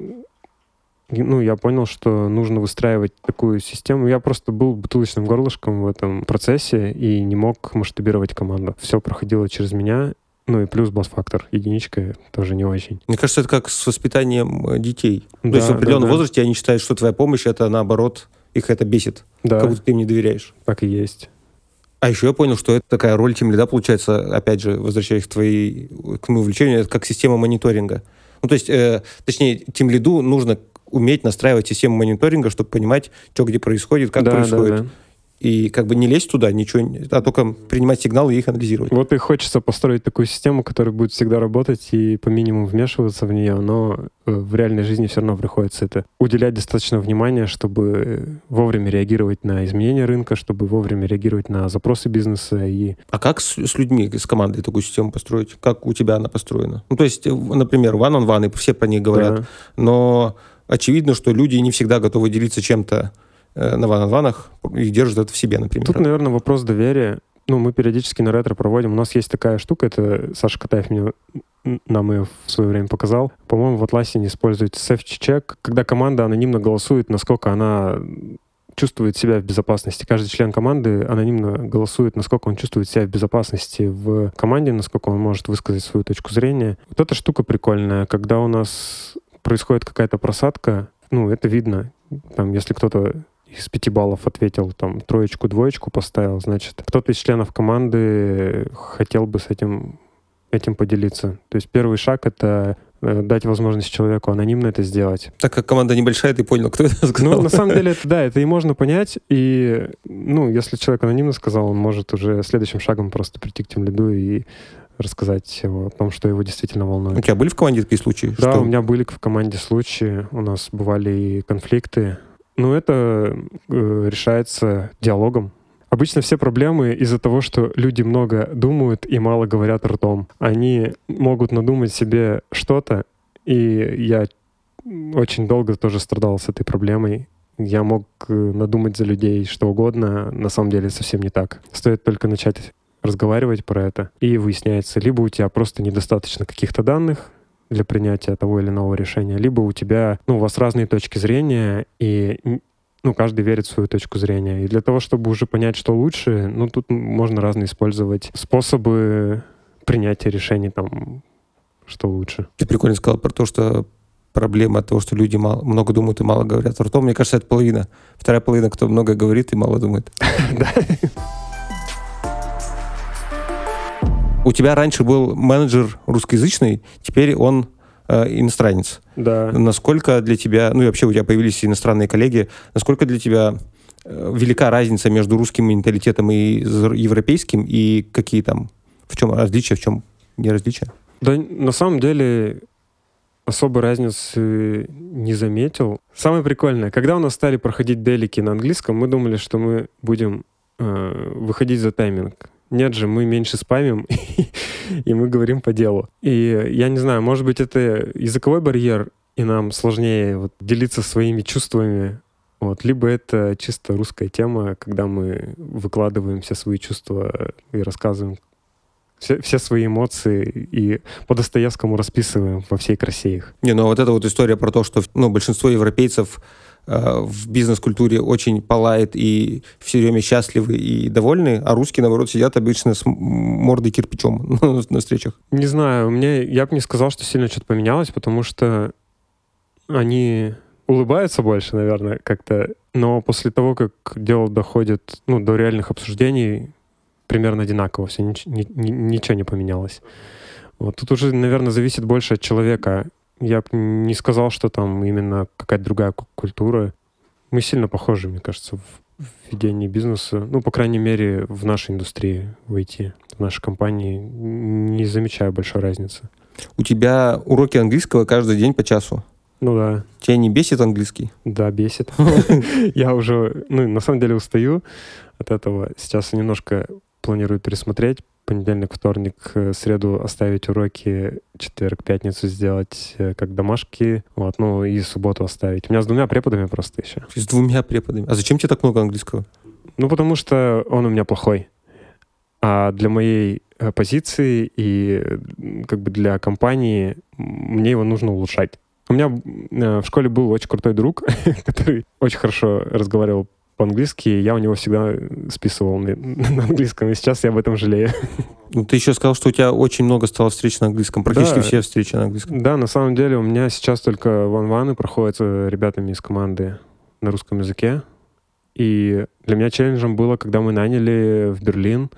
S2: я понял, что нужно выстраивать такую систему. Я просто был бутылочным горлышком в этом процессе и не мог масштабировать команду. Все проходило через меня. Ну и плюс бас-фактор. Единичка тоже не очень.
S1: Мне кажется, это как с воспитанием детей.
S2: Да,
S1: То есть в определенном
S2: да.
S1: возрасте они считают, что твоя помощь — это наоборот, их это бесит.
S2: Да,
S1: Как будто ты им не доверяешь.
S2: так и есть.
S1: А еще я понял, что это такая роль тимлида, получается, опять же, возвращаясь к моему увлечению, это как система мониторинга. Ну, то есть, точнее, тимлиду нужно уметь настраивать систему мониторинга, чтобы понимать, что где происходит, как происходит.
S2: Да.
S1: И как бы не лезть туда, ничего, а только принимать сигналы и их анализировать.
S2: Вот и хочется построить такую систему, которая будет всегда работать и по минимуму вмешиваться в нее, но в реальной жизни все равно приходится это уделять достаточно внимания, чтобы вовремя реагировать на изменения рынка, чтобы вовремя реагировать на запросы бизнеса.
S1: А как с людьми, с командой такую систему построить? Как у тебя она построена? Ну, то есть, например, one-on-one, и все про них говорят,
S2: Да.
S1: но очевидно, что люди не всегда готовы делиться чем-то на one-on-one и держат это в себе, например.
S2: Тут, наверное, вопрос доверия. Мы периодически на ретро проводим. У нас есть такая штука, это Саша Катаев нам ее в свое время показал. По-моему, в Atlassian используется safety-check, когда команда анонимно голосует, насколько она чувствует себя в безопасности. Каждый член команды анонимно голосует, насколько он чувствует себя в безопасности в команде, насколько он может высказать свою точку зрения. Вот эта штука прикольная. Когда у нас происходит какая-то просадка, это видно. Там, если кто-то из 5 баллов ответил, там, 3, 2 поставил, значит, кто-то из членов команды хотел бы с этим поделиться. То есть первый шаг — это дать возможность человеку анонимно это сделать.
S1: Так как команда небольшая, ты понял, кто это сказал?
S2: На самом деле, это и можно понять. И, если человек анонимно сказал, он может уже следующим шагом просто прийти к тимлиду и рассказать о том, что его действительно волнует.
S1: У тебя были в команде такие случаи?
S2: Да, у меня были в команде случаи. У нас бывали и конфликты. Это решается диалогом. Обычно все проблемы из-за того, что люди много думают и мало говорят ртом. Они могут надумать себе что-то, и я очень долго тоже страдал с этой проблемой. Я мог надумать за людей что угодно, на самом деле совсем не так. Стоит только начать разговаривать про это, и выясняется, либо у тебя просто недостаточно каких-то данных для принятия того или иного решения, либо у тебя, у вас разные точки зрения, и каждый верит в свою точку зрения. И для того, чтобы уже понять, что лучше, тут можно разные использовать способы принятия решений, там, что лучше.
S1: Ты прикольно сказал про то, что проблема того, что люди много думают и мало говорят ртом. Мне кажется, это половина. Вторая половина, кто много говорит и мало думает. У тебя раньше был менеджер русскоязычный, теперь он иностранец.
S2: Да.
S1: Насколько для тебя, ну и вообще у тебя появились иностранные коллеги, насколько для тебя велика разница между русским менталитетом и европейским, и какие там, в чем различия, в чем не различия?
S2: Да, на самом деле особой разницы не заметил. Самое прикольное, когда у нас стали проходить делики на английском, мы думали, что мы будем выходить за тайминг. Нет же, мы меньше спамим, и мы говорим по делу. И я не знаю, может быть, это языковой барьер, и нам сложнее вот делиться своими чувствами. Вот. Либо это чисто русская тема, когда мы выкладываем все свои чувства и рассказываем все свои эмоции и по Достоевскому расписываем во всей красе их.
S1: Не, ну вот эта вот история про то, что большинство европейцев в бизнес-культуре очень палает и все время счастливы и довольны, а русские, наоборот, сидят обычно с мордой кирпичом на встречах.
S2: Не знаю, я бы не сказал, что сильно что-то поменялось, потому что они улыбаются больше, наверное, как-то. Но после того, как дело доходит до реальных обсуждений, примерно одинаково все, ничего не поменялось. Вот. Тут уже, наверное, зависит больше от человека. Я бы не сказал, что там именно какая-то другая культура. Мы сильно похожи, мне кажется, в ведении бизнеса. Ну, по крайней мере, в нашей индустрии, в IT, в нашей компании не замечаю большой разницы.
S1: У тебя уроки английского каждый день по часу?
S2: Ну да.
S1: Тебя не бесит английский?
S2: Да, бесит. Я уже, на самом деле, устаю от этого. Сейчас я немножко планирую пересмотреть. Понедельник, вторник, среду оставить уроки, четверг, пятницу сделать как домашки, и субботу оставить. У меня с 2 преподами просто еще.
S1: С 2 преподами? А зачем тебе так много английского?
S2: Потому что он у меня плохой. А для моей позиции и как бы для компании мне его нужно улучшать. У меня в школе был очень крутой друг, который очень хорошо разговаривал по-английски, я у него всегда списывал на английском, и сейчас я об этом жалею.
S1: Ты еще сказал, что у тебя очень много стало встреч на английском, практически все встречи на английском.
S2: Да, на самом деле у меня сейчас только ван-ваны проходят с ребятами из команды на русском языке, и для меня челленджем было, когда мы наняли в Берлин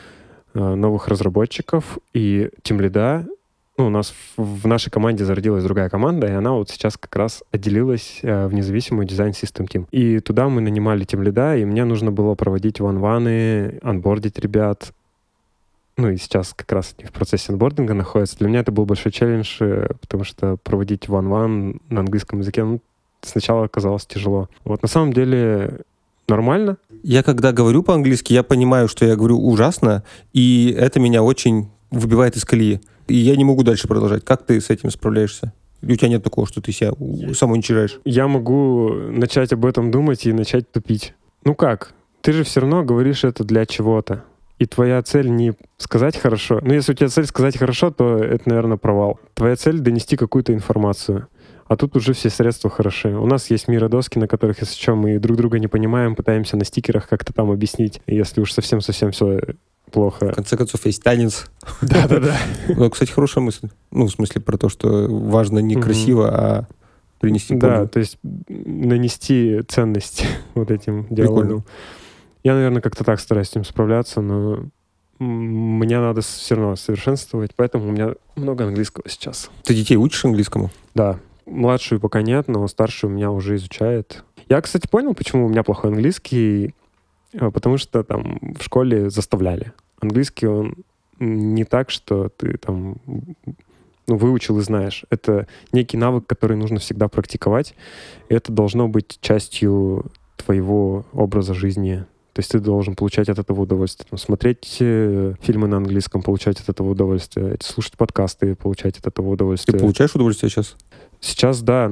S2: новых разработчиков и тимлида. У нас в нашей команде зародилась другая команда, и она вот сейчас как раз отделилась в независимую дизайн-систем тим. И туда мы нанимали тимлида, и мне нужно было проводить ван-ваны, анбордить ребят. И сейчас как раз они в процессе анбординга находятся. Для меня это был большой челлендж, потому что проводить ван-ван на английском языке сначала оказалось тяжело. Вот на самом деле нормально.
S1: Я когда говорю по-английски, я понимаю, что я говорю ужасно, и это меня очень выбивает из колеи. И я не могу дальше продолжать. Как ты с этим справляешься? Или у тебя нет такого, что ты себя самоуничижаешь?
S2: Я могу начать об этом думать и начать тупить. Как? Ты же все равно говоришь это для чего-то. И твоя цель не сказать хорошо. Если у тебя цель сказать хорошо, то это, наверное, провал. Твоя цель — донести какую-то информацию. А тут уже все средства хороши. У нас есть миродоски, на которых, если что, мы друг друга не понимаем, пытаемся на стикерах как-то там объяснить, если уж совсем-совсем все плохо.
S1: В конце концов, есть танец.
S2: Да-да-да.
S1: Кстати, хорошая мысль. В смысле про то, что важно не красиво, а принести пользу.
S2: Да, то есть нанести ценность вот этим диалогом. Я, наверное, как-то так стараюсь с этим справляться, но мне надо все равно совершенствовать, поэтому у меня много английского сейчас.
S1: Ты детей учишь английскому?
S2: Да. Младшую пока нет, но старшую у меня уже изучает. Я, кстати, понял, почему у меня плохой английский, потому что там в школе заставляли. Английский, он не так, что ты там выучил и знаешь. Это некий навык, который нужно всегда практиковать. И это должно быть частью твоего образа жизни. То есть ты должен получать от этого удовольствие. Смотреть фильмы на английском, получать от этого удовольствие. Слушать подкасты, получать от этого удовольствие.
S1: Ты получаешь удовольствие сейчас?
S2: Сейчас, да.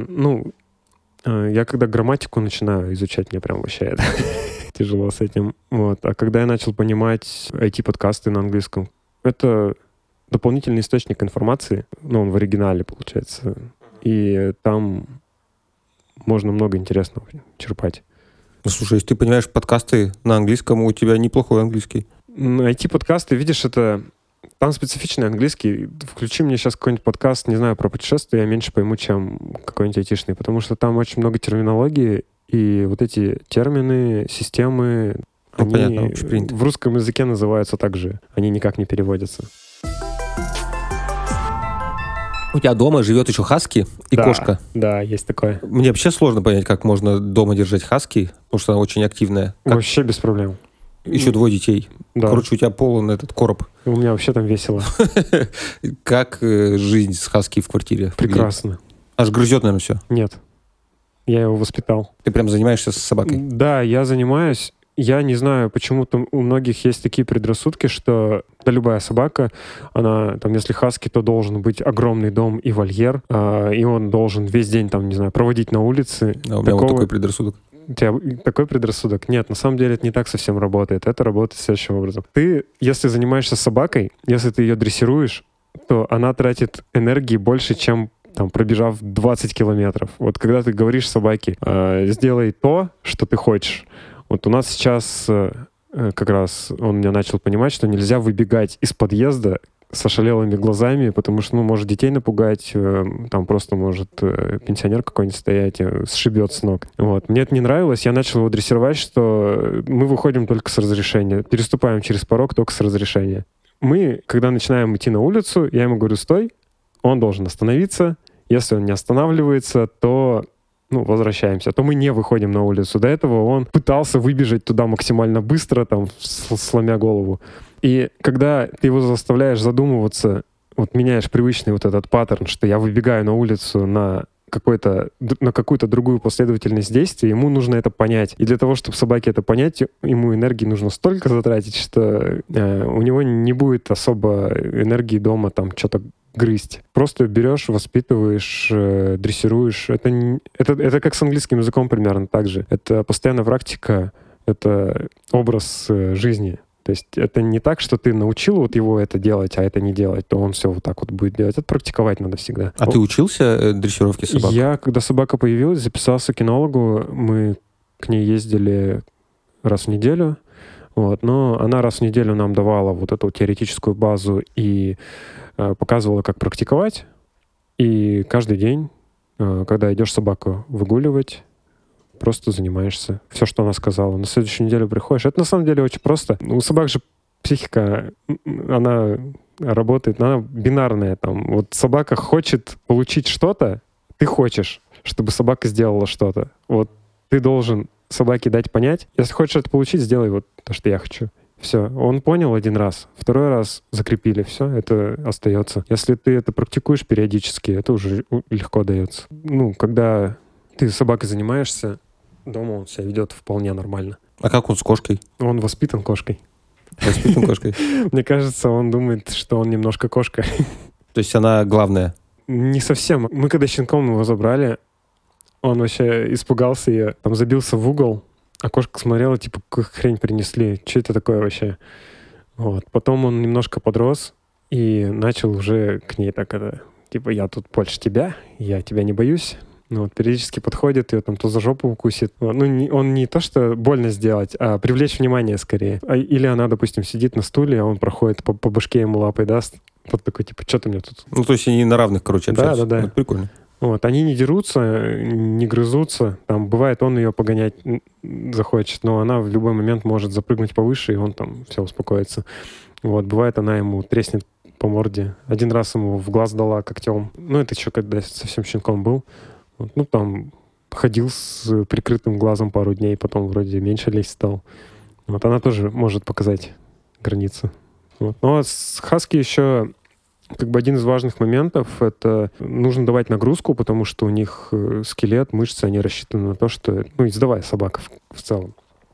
S2: Я когда грамматику начинаю изучать, мне прям вообще тяжело с этим. А когда я начал понимать IT-подкасты на английском, это дополнительный источник информации. Он в оригинале, получается. И там можно много интересного черпать.
S1: Слушай, если ты понимаешь подкасты на английском, у тебя неплохой английский.
S2: IT-подкасты, видишь, это Там специфичный английский. Включи мне сейчас какой-нибудь подкаст, не знаю, про путешествия, я меньше пойму, чем какой-нибудь айтишный, потому что там очень много терминологии, и вот эти термины, системы, они
S1: понятно,
S2: в русском языке называются так же. Они никак не переводятся.
S1: У тебя дома живет еще хаски и кошка.
S2: Да, есть такое.
S1: Мне вообще сложно понять, как можно дома держать хаски, потому что она очень активная.
S2: Вообще без проблем.
S1: Еще 2 детей.
S2: Да.
S1: Короче, у тебя полон этот короб.
S2: У меня вообще там весело.
S1: Как жизнь с хаски в квартире?
S2: Прекрасно.
S1: Аж грызет, наверное, все.
S2: Нет. Я его воспитал.
S1: Ты прям занимаешься с собакой?
S2: Да, я занимаюсь. Я не знаю, почему-то у многих есть такие предрассудки, что да, любая собака, она, там, если хаски, то должен быть огромный дом и вольер, и он должен весь день, там, не знаю, проводить на улице.
S1: А у меня вот такой предрассудок.
S2: У тебя такой предрассудок? Нет, на самом деле это не так совсем работает. Это работает следующим образом. Ты, если занимаешься собакой, если ты ее дрессируешь, то она тратит энергии больше, чем там, пробежав 20 километров. Вот когда ты говоришь собаке, сделай то, что ты хочешь. Вот у нас сейчас как раз он меня начал понимать, что нельзя выбегать из подъезда с ошалелыми глазами, потому что, может детей напугать, там просто может пенсионер какой-нибудь стоять, сшибет с ног. Вот. Мне это не нравилось, я начал его дрессировать, что мы выходим только с разрешения, переступаем через порог только с разрешения. Мы, когда начинаем идти на улицу, я ему говорю, стой, он должен остановиться, если он не останавливается, то возвращаемся, то мы не выходим на улицу. До этого он пытался выбежать туда максимально быстро, там, сломя голову. И когда ты его заставляешь задумываться, вот меняешь привычный вот этот паттерн, что я выбегаю на улицу на какую-то другую последовательность действий, ему нужно это понять. И для того, чтобы собаке это понять, ему энергии нужно столько затратить, что у него не будет особо энергии дома там что-то грызть. Просто берешь, воспитываешь, дрессируешь. Это как с английским языком примерно так же. Это постоянная практика, это образ жизни. То есть это не так, что ты научил вот его это делать, а это не делать, то он все вот так вот будет делать. Это практиковать надо всегда.
S1: А ты учился дрессировке собак?
S2: Я, когда собака появилась, записался к кинологу. Мы к ней ездили раз в неделю. Вот, но она раз в неделю нам давала вот эту теоретическую базу и показывала, как практиковать. И каждый день, когда идешь собаку выгуливать, просто занимаешься. Все, что она сказала. На следующую неделю приходишь. Это на самом деле очень просто. У собак же психика, она работает, она бинарная. Там. Вот собака хочет получить что-то, ты хочешь, чтобы собака сделала что-то. Вот ты должен собаке дать понять. Если хочешь это получить, сделай вот то, что я хочу. Все. Он понял один раз. 2-й раз закрепили. Все, это остается. Если ты это практикуешь периодически, это уже легко дается. Когда ты с собакой занимаешься, дома он себя ведет вполне нормально.
S1: А как он с кошкой?
S2: Он воспитан кошкой.
S1: Воспитан кошкой?
S2: Мне кажется, он думает, что он немножко кошка.
S1: То есть она главная?
S2: Не совсем. Мы когда щенком его забрали, он вообще испугался ее, там забился в угол, а кошка смотрела, типа, какую хрень принесли, что это такое вообще? Вот. Потом он немножко подрос и начал уже к ней так, типа, я тут больше тебя, я тебя не боюсь. Периодически подходит, ее там то за жопу укусит. Он не то, что больно сделать, а привлечь внимание скорее. Или она, допустим, сидит на стуле, а он проходит по башке ему лапой даст. Вот такой, типа, что ты мне тут?
S1: То есть они на равных, общаются.
S2: Да.
S1: Это прикольно.
S2: Они не дерутся, не грызутся. Там бывает, он ее погонять захочет, но она в любой момент может запрыгнуть повыше, и он там все успокоится. Бывает, она ему треснет по морде. Один раз ему в глаз дала когтем. Это еще когда совсем щенком был. Там ходил с прикрытым глазом пару дней, потом вроде меньше лезть стал. Она тоже может показать границы. Но с хаски еще один из важных моментов — это нужно давать нагрузку, потому что у них скелет, мышцы, они рассчитаны на то, что... ездовая собака в целом.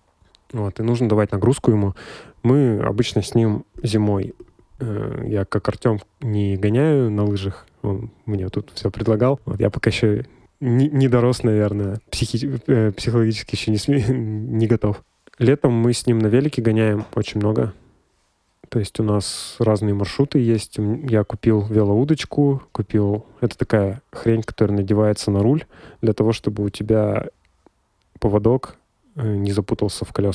S2: И нужно давать нагрузку ему. Мы обычно с ним зимой, я как Артем не гоняю на лыжах, он мне тут все предлагал. Я пока еще не дорос, наверное, психологически еще не готов. Летом мы с ним на велике гоняем очень много. То есть у нас разные маршруты есть. Я купил велоудочку, Это такая хрень, которая надевается на руль для того, чтобы у тебя поводок не запутался в колесах.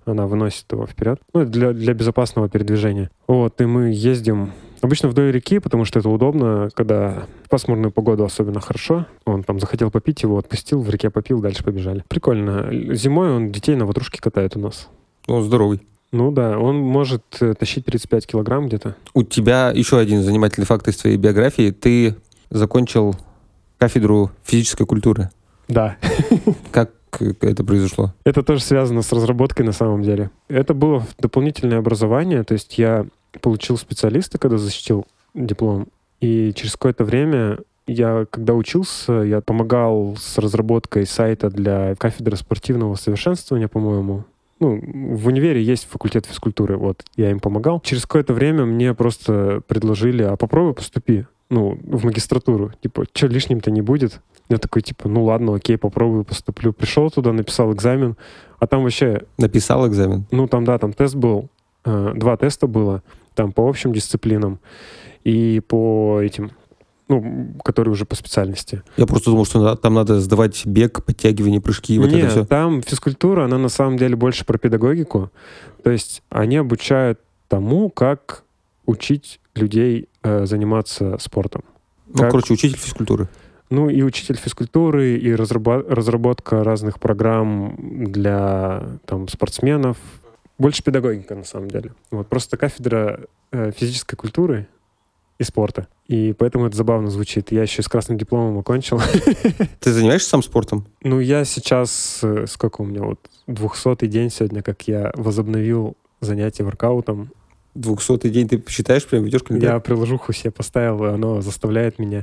S2: она выносит его вперед. Ну, для безопасного передвижения. Вот, и мы ездим обычно вдоль реки, потому что это удобно, когда в пасмурную погоду особенно хорошо. Он там захотел попить, его отпустил, в реке попил, дальше побежали. Прикольно. Зимой он детей на ватрушке катает у нас.
S1: Он здоровый.
S2: Ну да, он может тащить 35 килограмм где-то.
S1: У тебя еще один занимательный факт из твоей биографии. Ты закончил кафедру физической культуры.
S2: Да.
S1: Как это произошло?
S2: Это тоже связано с разработкой на самом деле. Это было дополнительное образование, то есть я получил специалиста, когда защитил диплом, и через какое-то время когда учился, я помогал с разработкой сайта для кафедры спортивного совершенствования, по-моему. Ну, в универе есть факультет физкультуры, вот, я им помогал. Через какое-то время мне просто предложили, а попробуй поступи, в магистратуру. Типа, что лишним-то не будет? Я такой, типа, ну ладно, окей, попробую, поступлю. Пришел туда, написал экзамен, а там вообще...
S1: Написал экзамен?
S2: Там тест был, 2 теста было, там по общим дисциплинам и по этим, которые уже по специальности.
S1: Я просто думал, что там надо сдавать бег, подтягивание, прыжки, вот это все.
S2: Нет, там физкультура, она на самом деле больше про педагогику. То есть они обучают тому, как учить людей заниматься спортом.
S1: Короче, учитель физкультуры.
S2: И учитель физкультуры, и разработка разных программ для спортсменов. Больше педагогика, на самом деле. Вот, просто кафедра физической культуры и спорта. И поэтому это забавно звучит. Я еще с красным дипломом окончил.
S1: Ты занимаешься сам спортом?
S2: Я сейчас... Сколько у меня? 200-й день сегодня, как я возобновил занятия воркаутом.
S1: 200-й день ты считаешь, прям ведешь календарь?
S2: Я приложуху себе поставил, и оно заставляет меня,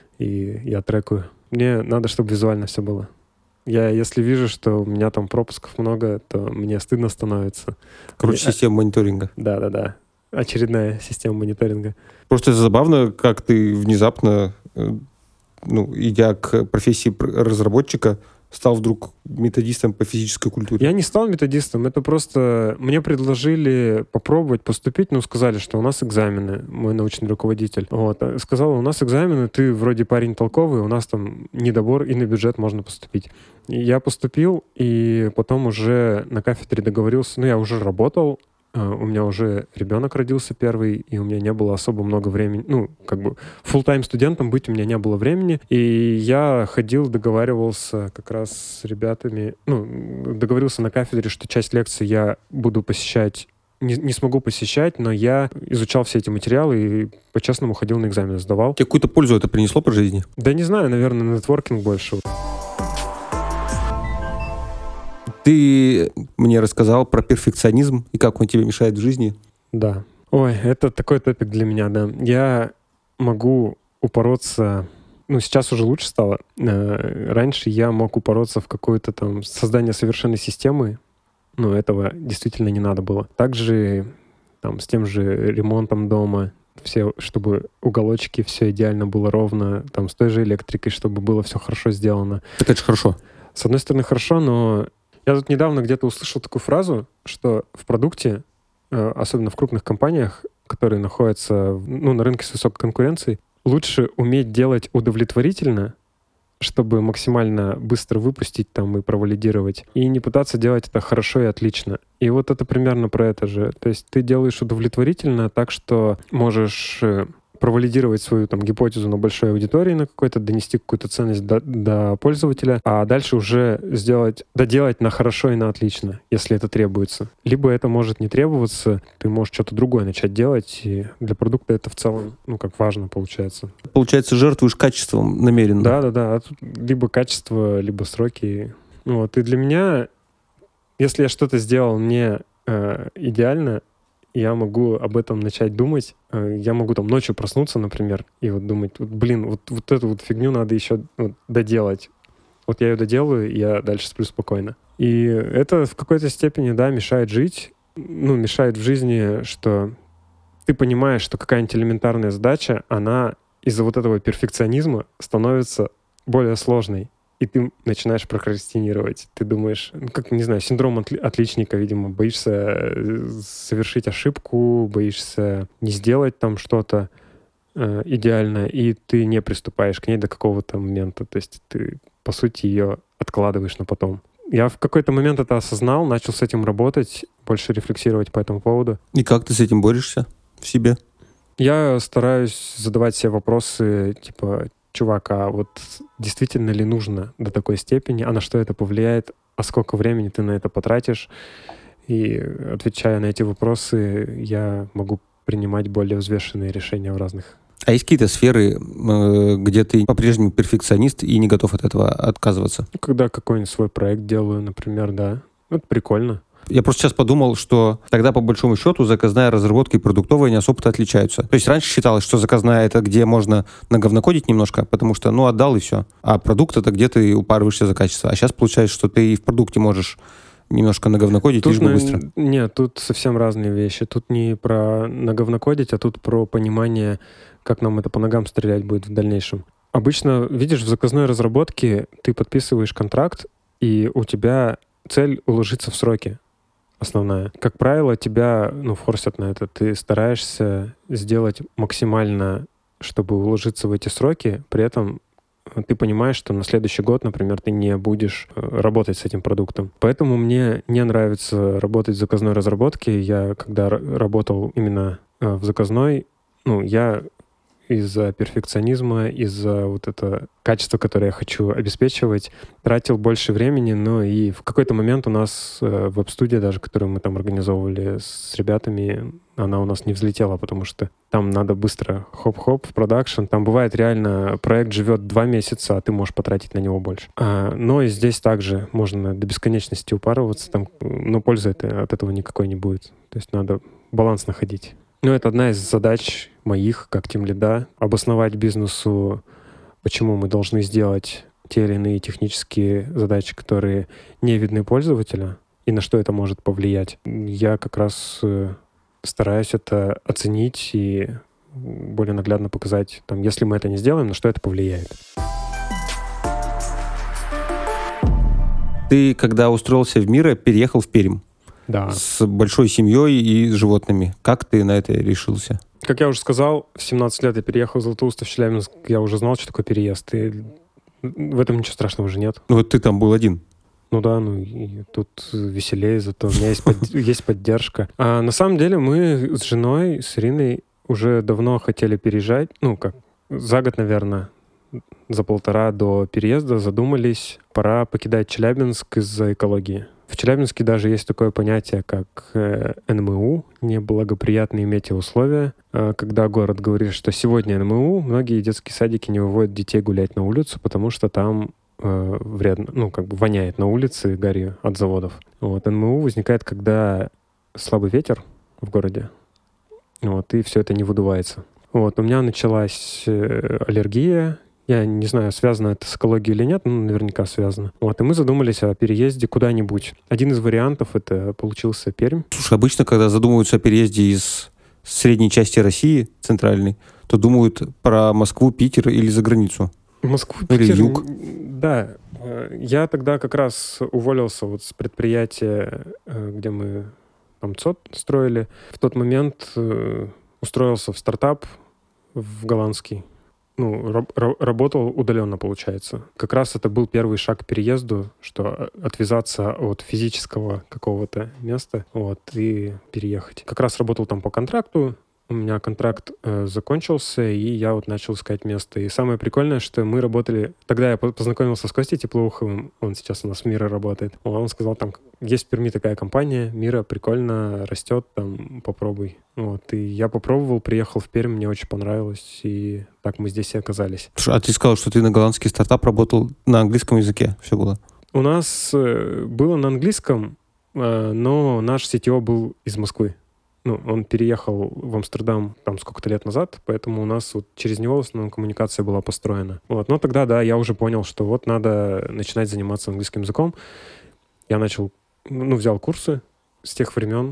S2: и я трекаю. Мне надо, чтобы визуально все было. Я, если вижу, что у меня там пропусков много, то мне стыдно становится.
S1: Короче, система мониторинга.
S2: Да. Очередная система мониторинга.
S1: Просто это забавно, как ты внезапно, идя к профессии разработчика, стал вдруг методистом по физической культуре.
S2: Я не стал методистом, это просто мне предложили попробовать поступить, сказали, что у нас экзамены, мой научный руководитель. Вот, сказал, у нас экзамены, ты вроде парень толковый, у нас там недобор, и на бюджет можно поступить. И я поступил, и потом уже на кафедре договорился, я уже работал, у меня уже ребенок родился первый, и у меня не было особо много времени. Фулл-тайм студентом быть у меня не было времени. И я ходил, договаривался как раз с ребятами, договорился на кафедре, что часть лекций я буду посещать, не смогу посещать, но я изучал все эти материалы и по-честному ходил на экзамены, сдавал.
S1: Тебе какую-то пользу это принесло по жизни?
S2: Да не знаю, наверное, нетворкинг больше.
S1: Ты мне рассказал про перфекционизм и как он тебе мешает в жизни.
S2: Да. Ой, это такой топик для меня, да. Я могу упороться... сейчас уже лучше стало. Раньше я мог упороться в какое-то создание совершенной системы. Этого действительно не надо было. Также с тем же ремонтом дома, все, чтобы уголочки, все идеально было ровно, с той же электрикой, чтобы было все хорошо сделано.
S1: Так это же хорошо.
S2: С одной стороны, хорошо, но я тут недавно где-то услышал такую фразу, что в продукте, особенно в крупных компаниях, которые находятся на рынке с высокой конкуренцией, лучше уметь делать удовлетворительно, чтобы максимально быстро выпустить и провалидировать, и не пытаться делать это хорошо и отлично. И вот это примерно про это же. То есть ты делаешь удовлетворительно так, что можешь провалидировать свою гипотезу на большой аудитории, на какой-то, донести какую-то ценность до пользователя, а дальше уже доделать на хорошо и на отлично, если это требуется. Либо это может не требоваться, ты можешь что-то другое начать делать, и для продукта это в целом, важно получается.
S1: Получается, жертвуешь качеством намеренно.
S2: Да. А тут либо качество, либо сроки. И для меня, если я что-то сделал не идеально, я могу об этом начать думать. Я могу ночью проснуться, например, и думать, вот эту фигню надо еще доделать. Вот я ее доделаю, и я дальше сплю спокойно. И это в какой-то степени, да, мешает жить. Мешает в жизни, что ты понимаешь, что какая-нибудь элементарная задача, она из-за вот этого перфекционизма становится более сложной. И ты начинаешь прокрастинировать. Ты думаешь, синдром отличника, видимо, боишься совершить ошибку, боишься не сделать что-то идеально, и ты не приступаешь к ней до какого-то момента. То есть ты, по сути, ее откладываешь на потом. Я в какой-то момент это осознал, начал с этим работать, больше рефлексировать по этому поводу.
S1: И как ты с этим борешься в себе?
S2: Я стараюсь задавать себе вопросы, типа, чувак, а вот действительно ли нужно до такой степени, а на что это повлияет, а сколько времени ты на это потратишь? И отвечая на эти вопросы, я могу принимать более взвешенные решения в разных.
S1: А есть какие-то сферы, где ты по-прежнему перфекционист и не готов от этого отказываться?
S2: Когда какой-нибудь свой проект делаю, например, да, это прикольно.
S1: Я просто сейчас подумал, что тогда, по большому счету, заказная разработка и продуктовая не особо-то отличаются. То есть раньше считалось, что заказная — это где можно наговнокодить немножко, потому что, отдал и все. А продукт — это где ты упарываешься за качество. А сейчас получается, что ты и в продукте можешь немножко наговнокодить, лишь бы быстро.
S2: Нет, тут совсем разные вещи. Тут не про наговнокодить, а тут про понимание, как нам это по ногам стрелять будет в дальнейшем. Обычно, видишь, в заказной разработке ты подписываешь контракт, и у тебя цель уложиться в сроки. Основная. Как правило, тебя форсят на это. Ты стараешься сделать максимально, чтобы уложиться в эти сроки, при этом ты понимаешь, что на следующий год, например, ты не будешь работать с этим продуктом. Поэтому мне не нравится работать в заказной разработке. Я, когда работал именно в заказной, я из-за перфекционизма, из-за вот это качество, которое я хочу обеспечивать, тратил больше времени, но и в какой-то момент у нас веб-студия даже, которую мы там организовывали с ребятами, она у нас не взлетела, потому что там надо быстро хоп-хоп в продакшн. Там бывает реально проект живет 2 месяца, а ты можешь потратить на него больше. Но и здесь также можно до бесконечности упарываться, но пользы от этого никакой не будет. То есть надо баланс находить. Это одна из задач моих, как тимлида, обосновать бизнесу, почему мы должны сделать те или иные технические задачи, которые не видны пользователя, и на что это может повлиять. Я как раз стараюсь это оценить и более наглядно показать, если мы это не сделаем, на что это повлияет.
S1: Ты, когда устроился в Мира, переехал в Пермь.
S2: Да.
S1: С большой семьей и с животными. Как ты на это решился?
S2: Как я уже сказал, в 17 лет я переехал из Златоуста в Челябинск. Я уже знал, что такое переезд. И в этом ничего страшного уже нет.
S1: Вот ты там был один.
S2: И тут веселее, зато у меня есть поддержка. А на самом деле мы с женой, с Ириной, уже давно хотели переезжать. За год, наверное, за 1,5 до переезда задумались, пора покидать Челябинск из-за экологии. В Челябинске даже есть такое понятие, как НМУ, неблагоприятные метеоусловия. Когда город говорит, что сегодня НМУ, многие детские садики не выводят детей гулять на улицу, потому что там вредно, воняет на улице гарью от заводов. НМУ возникает, когда слабый ветер в городе, и все это не выдувается. У меня началась аллергия. Я не знаю, связано это с экологией или нет, но наверняка связано. И мы задумались о переезде куда-нибудь. Один из вариантов — это получился Пермь.
S1: Слушай, обычно, когда задумываются о переезде из средней части России, центральной, то думают про Москву, Питер или за границу.
S2: Москву,
S1: или
S2: Питер,
S1: юг.
S2: Да. Я тогда как раз уволился с предприятия, где мы там ЦОД строили. В тот момент устроился в стартап в голландский. Работал удаленно, получается. Как раз это был первый шаг к переезду, что отвязаться от физического какого-то места, и переехать. Как раз работал там по контракту. У меня контракт закончился, и я начал искать место. И самое прикольное, что мы работали... Тогда я познакомился с Костей Теплоуховым, он сейчас у нас в Мира работает. Он сказал, там есть в Перми такая компания, Мира, прикольно, растет, попробуй. И я попробовал, приехал в Пермь, мне очень понравилось, и так мы здесь и оказались.
S1: Слушай, а ты сказал, что ты на голландский стартап работал на английском языке, все было?
S2: У нас было на английском, но наш CTO был из Москвы. Он переехал в Амстердам сколько-то лет назад, поэтому у нас через него в основном коммуникация была построена. Но тогда, да, я уже понял, что надо начинать заниматься английским языком. Я начал, взял курсы с тех времен,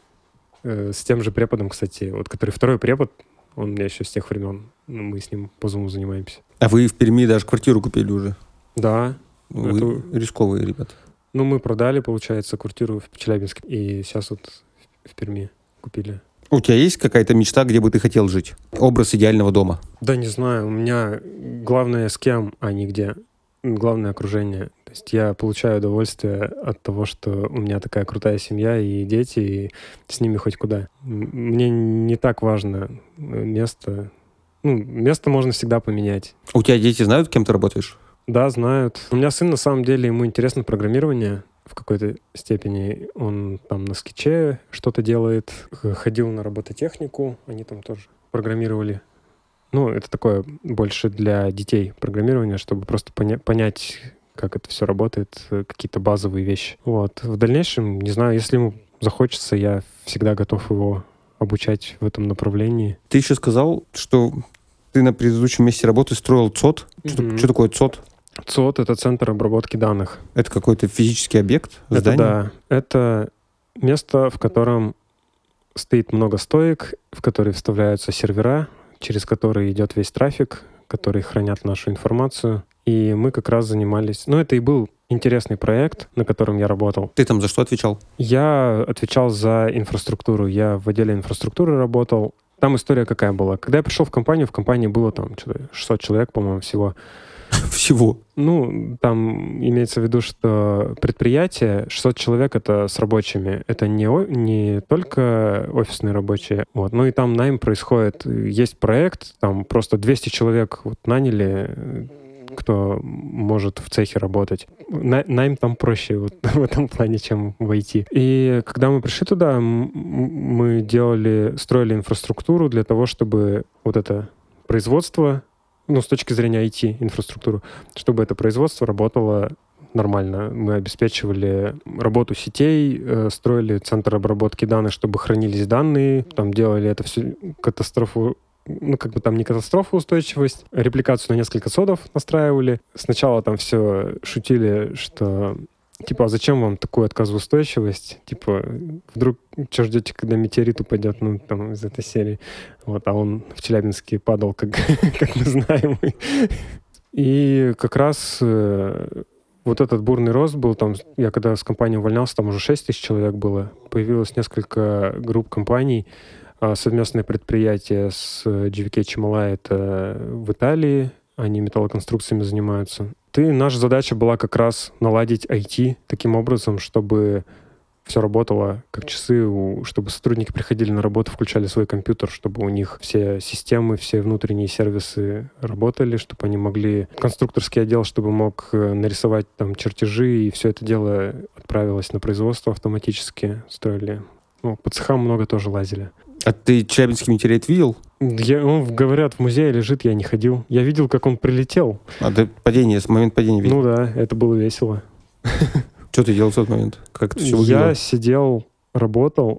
S2: с тем же преподом, кстати, который второй препод, он у меня еще с тех времен, мы с ним по Zoom занимаемся.
S1: А вы в Перми даже квартиру купили уже?
S2: Да.
S1: Вы рисковые ребята.
S2: Мы продали, получается, квартиру в Челябинске, и сейчас в Перми купили.
S1: У тебя есть какая-то мечта, где бы ты хотел жить? Образ идеального дома?
S2: Да не знаю, у меня главное с кем, а не где. Главное окружение. То есть я получаю удовольствие от того, что у меня такая крутая семья и дети, и с ними хоть куда. Мне не так важно место. Ну, место можно всегда поменять.
S1: У тебя дети знают, кем ты работаешь?
S2: Да, знают. У меня сын, на самом деле, ему интересно программирование в какой-то степени. Он там на скетче что-то делает. Ходил на робототехнику, они там тоже программировали. Ну, это такое больше для детей программирование, чтобы просто понять, как это все работает, какие-то базовые вещи. Вот. В дальнейшем, не знаю, если ему захочется, я всегда готов его обучать в этом направлении.
S1: Ты еще сказал, что ты на предыдущем месте работы строил ЦОД. Что такое ЦОД?
S2: ЦОД — это центр обработки данных.
S1: Это какой-то физический объект, здание?
S2: Да. Это место, в котором стоит много стоек, в которые вставляются сервера, через которые идет весь трафик, которые хранят нашу информацию. И мы как раз занимались... Ну, это и был интересный проект, на котором я работал.
S1: Ты там за что отвечал?
S2: Я отвечал за инфраструктуру. Я в отделе инфраструктуры работал. Там история какая была. Когда я пришел в компании было там 600 человек, по-моему, всего.
S1: Всего?
S2: Ну, там имеется в виду, что предприятие, 600 человек — это с рабочими. Это не только офисные рабочие. Вот. Ну и там найм происходит. Есть проект, там просто 200 человек вот наняли, кто может в цехе работать. Найм там проще вот в этом плане, чем в IT. И когда мы пришли туда, мы строили инфраструктуру для того, чтобы вот это производство, ну, с точки зрения IT-инфраструктуры, чтобы это производство работало нормально. Мы обеспечивали работу сетей, строили центр обработки данных, чтобы хранились данные, там делали это все катастрофу, ну, как бы там не катастрофоустойчивость, репликацию на несколько содов настраивали. Сначала там все шутили, что типа, а зачем вам такую отказоустойчивость? Типа, вдруг что ждете, когда метеорит упадет, ну, там, из этой серии. Вот, а он в Челябинске падал, как мы знаем. И как раз вот этот бурный рост был там, я когда с компанией увольнялся, там уже 6 тысяч человек было. Появилось несколько групп компаний, совместное предприятие с GVK Chimala, это в Италии, они металлоконструкциями занимаются. Наша задача была как раз наладить IT таким образом, чтобы все работало как часы, чтобы сотрудники приходили на работу, включали свой компьютер, чтобы у них все системы, все внутренние сервисы работали, чтобы они могли... Конструкторский отдел, чтобы мог нарисовать там чертежи, и все это дело отправилось на производство автоматически, строили. Ну, по цехам много тоже лазили.
S1: А ты челябинский метеорит видел?
S2: Говорят, в музее лежит, я не ходил. Я видел, как он прилетел.
S1: А ты момент падения видел?
S2: Ну да, это было весело.
S1: Что ты делал в тот момент? Как это все
S2: выглядело? Я сидел, работал,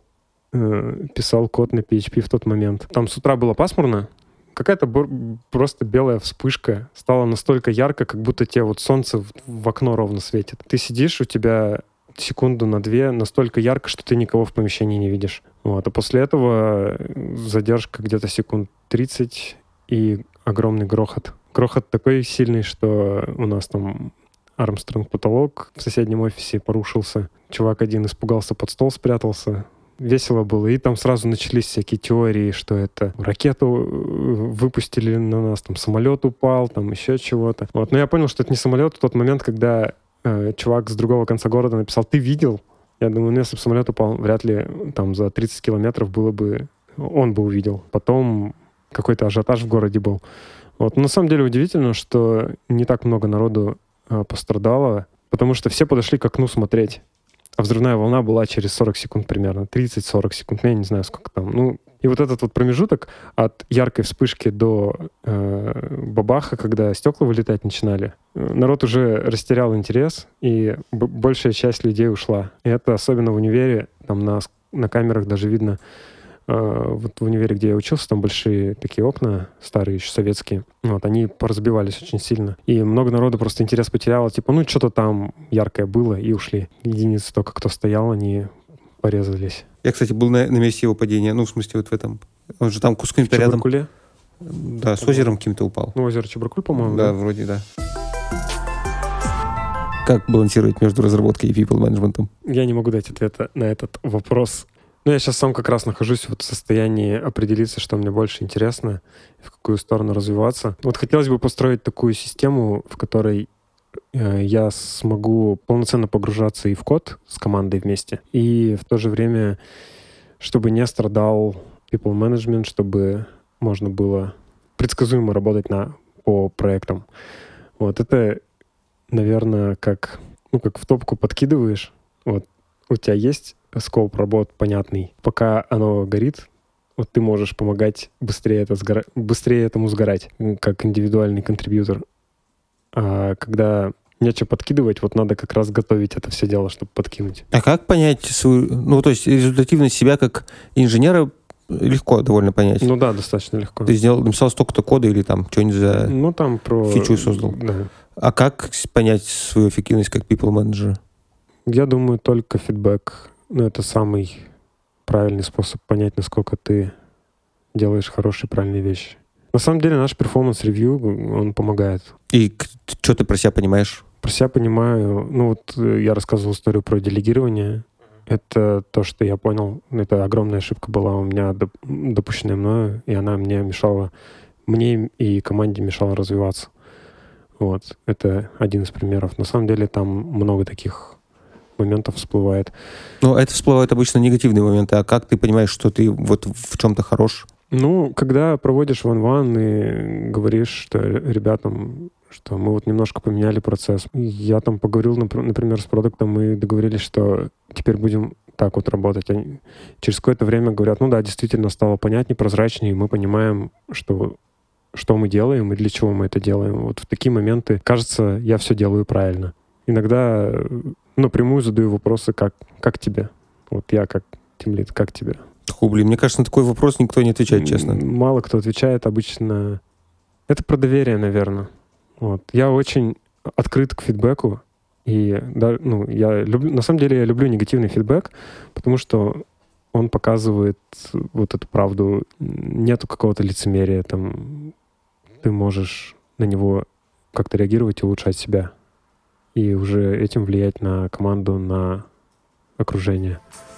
S2: писал код на PHP в тот момент. Там с утра было пасмурно. Какая-то просто белая вспышка стала настолько ярко, как будто тебе вот солнце в окно ровно светит. Ты сидишь, у тебя секунду на две настолько ярко, что ты никого в помещении не видишь. Вот. А после этого задержка где-то секунд 30 и огромный грохот. Грохот такой сильный, что у нас там Армстронг потолок в соседнем офисе порушился. Чувак один испугался, под стол спрятался. Весело было. И там сразу начались всякие теории, что это ракету выпустили на нас, там самолет упал, там еще чего-то. Вот. Но я понял, что это не самолет в тот момент, когда чувак с другого конца города написал: «Ты видел?» Я думаю, если бы самолет упал, вряд ли там за 30 километров было бы... Он бы увидел. Потом какой-то ажиотаж в городе был. Вот. Но на самом деле удивительно, что не так много народу пострадало, потому что все подошли к окну смотреть. А взрывная волна была через 40 секунд примерно. 30-40 секунд. Я не знаю, сколько там. Ну, и вот этот вот промежуток от яркой вспышки до бабаха, когда стекла вылетать начинали, народ уже растерял интерес, и большая часть людей ушла. И это особенно в универе. Там на камерах даже видно. Вот в универе, где я учился, там большие такие окна, старые еще советские. Вот, они поразбивались очень сильно. И много народу просто интерес потеряло. Типа, ну, что-то там яркое было, и ушли. Единицы только, кто стоял, они порезались.
S1: Я, кстати, был на месте его падения. Ну, в смысле, вот в этом. Он же там кусками-то рядом.
S2: Чебаркуле?
S1: Да, с озером каким-то упал.
S2: Ну, озеро Чебаркуль, по-моему.
S1: Да, вроде да. Как балансировать между разработкой и people management?
S2: Я не могу дать ответа на этот вопрос. Ну, я сейчас сам как раз нахожусь вот в состоянии определиться, что мне больше интересно, в какую сторону развиваться. Вот хотелось бы построить такую систему, в которой я смогу полноценно погружаться и в код с командой вместе, и в то же время, чтобы не страдал people management, чтобы можно было предсказуемо работать по проектам. Вот это, наверное, как в топку подкидываешь. Вот у тебя есть скоп работ понятный. Пока оно горит, вот ты можешь помогать быстрее этому сгорать, как индивидуальный контрибьютор. А когда нечего подкидывать, вот надо как раз готовить это все дело, чтобы подкинуть.
S1: А как понять свою... то есть результативность себя как инженера легко довольно понять?
S2: Ну да, достаточно легко.
S1: Ты написал столько-то кода или там что-нибудь за
S2: там
S1: фичу создал?
S2: Да.
S1: А как понять свою эффективность как people manager? Я
S2: думаю, только фидбэк. Это самый правильный способ понять, насколько ты делаешь хорошие, правильные вещи. На самом деле наш перформанс-ревью, он помогает.
S1: И что ты про себя понимаешь?
S2: Про себя понимаю... я рассказывал историю про делегирование. Это то, что я понял. Это огромная ошибка была у меня, допущенная мною, и она мне и команде мешала развиваться. Вот. Это один из примеров. На самом деле там много таких моментов всплывает.
S1: Это всплывают обычно негативные моменты. А как ты понимаешь, что ты вот в чем-то хорош?
S2: Когда проводишь one-one и говоришь, что ребятам, что мы вот немножко поменяли процесс. Я там поговорил, например, с продуктом, и договорились, что теперь будем так вот работать. Они через какое-то время говорят, действительно стало понятнее, прозрачнее, и мы понимаем, что мы делаем и для чего мы это делаем. Вот в такие моменты, кажется, я все делаю правильно. Иногда напрямую задаю вопросы, как тебе? Вот я как тимлид, как тебе?
S1: Мне кажется, на такой вопрос никто не отвечает, честно.
S2: Мало кто отвечает обычно. Это про доверие, наверное. Вот. Я очень открыт к фидбэку. И на самом деле я люблю негативный фидбэк, потому что он показывает вот эту правду. Нету какого-то лицемерия. Там ты можешь на него как-то реагировать и улучшать себя. И уже этим влиять на команду, на окружение.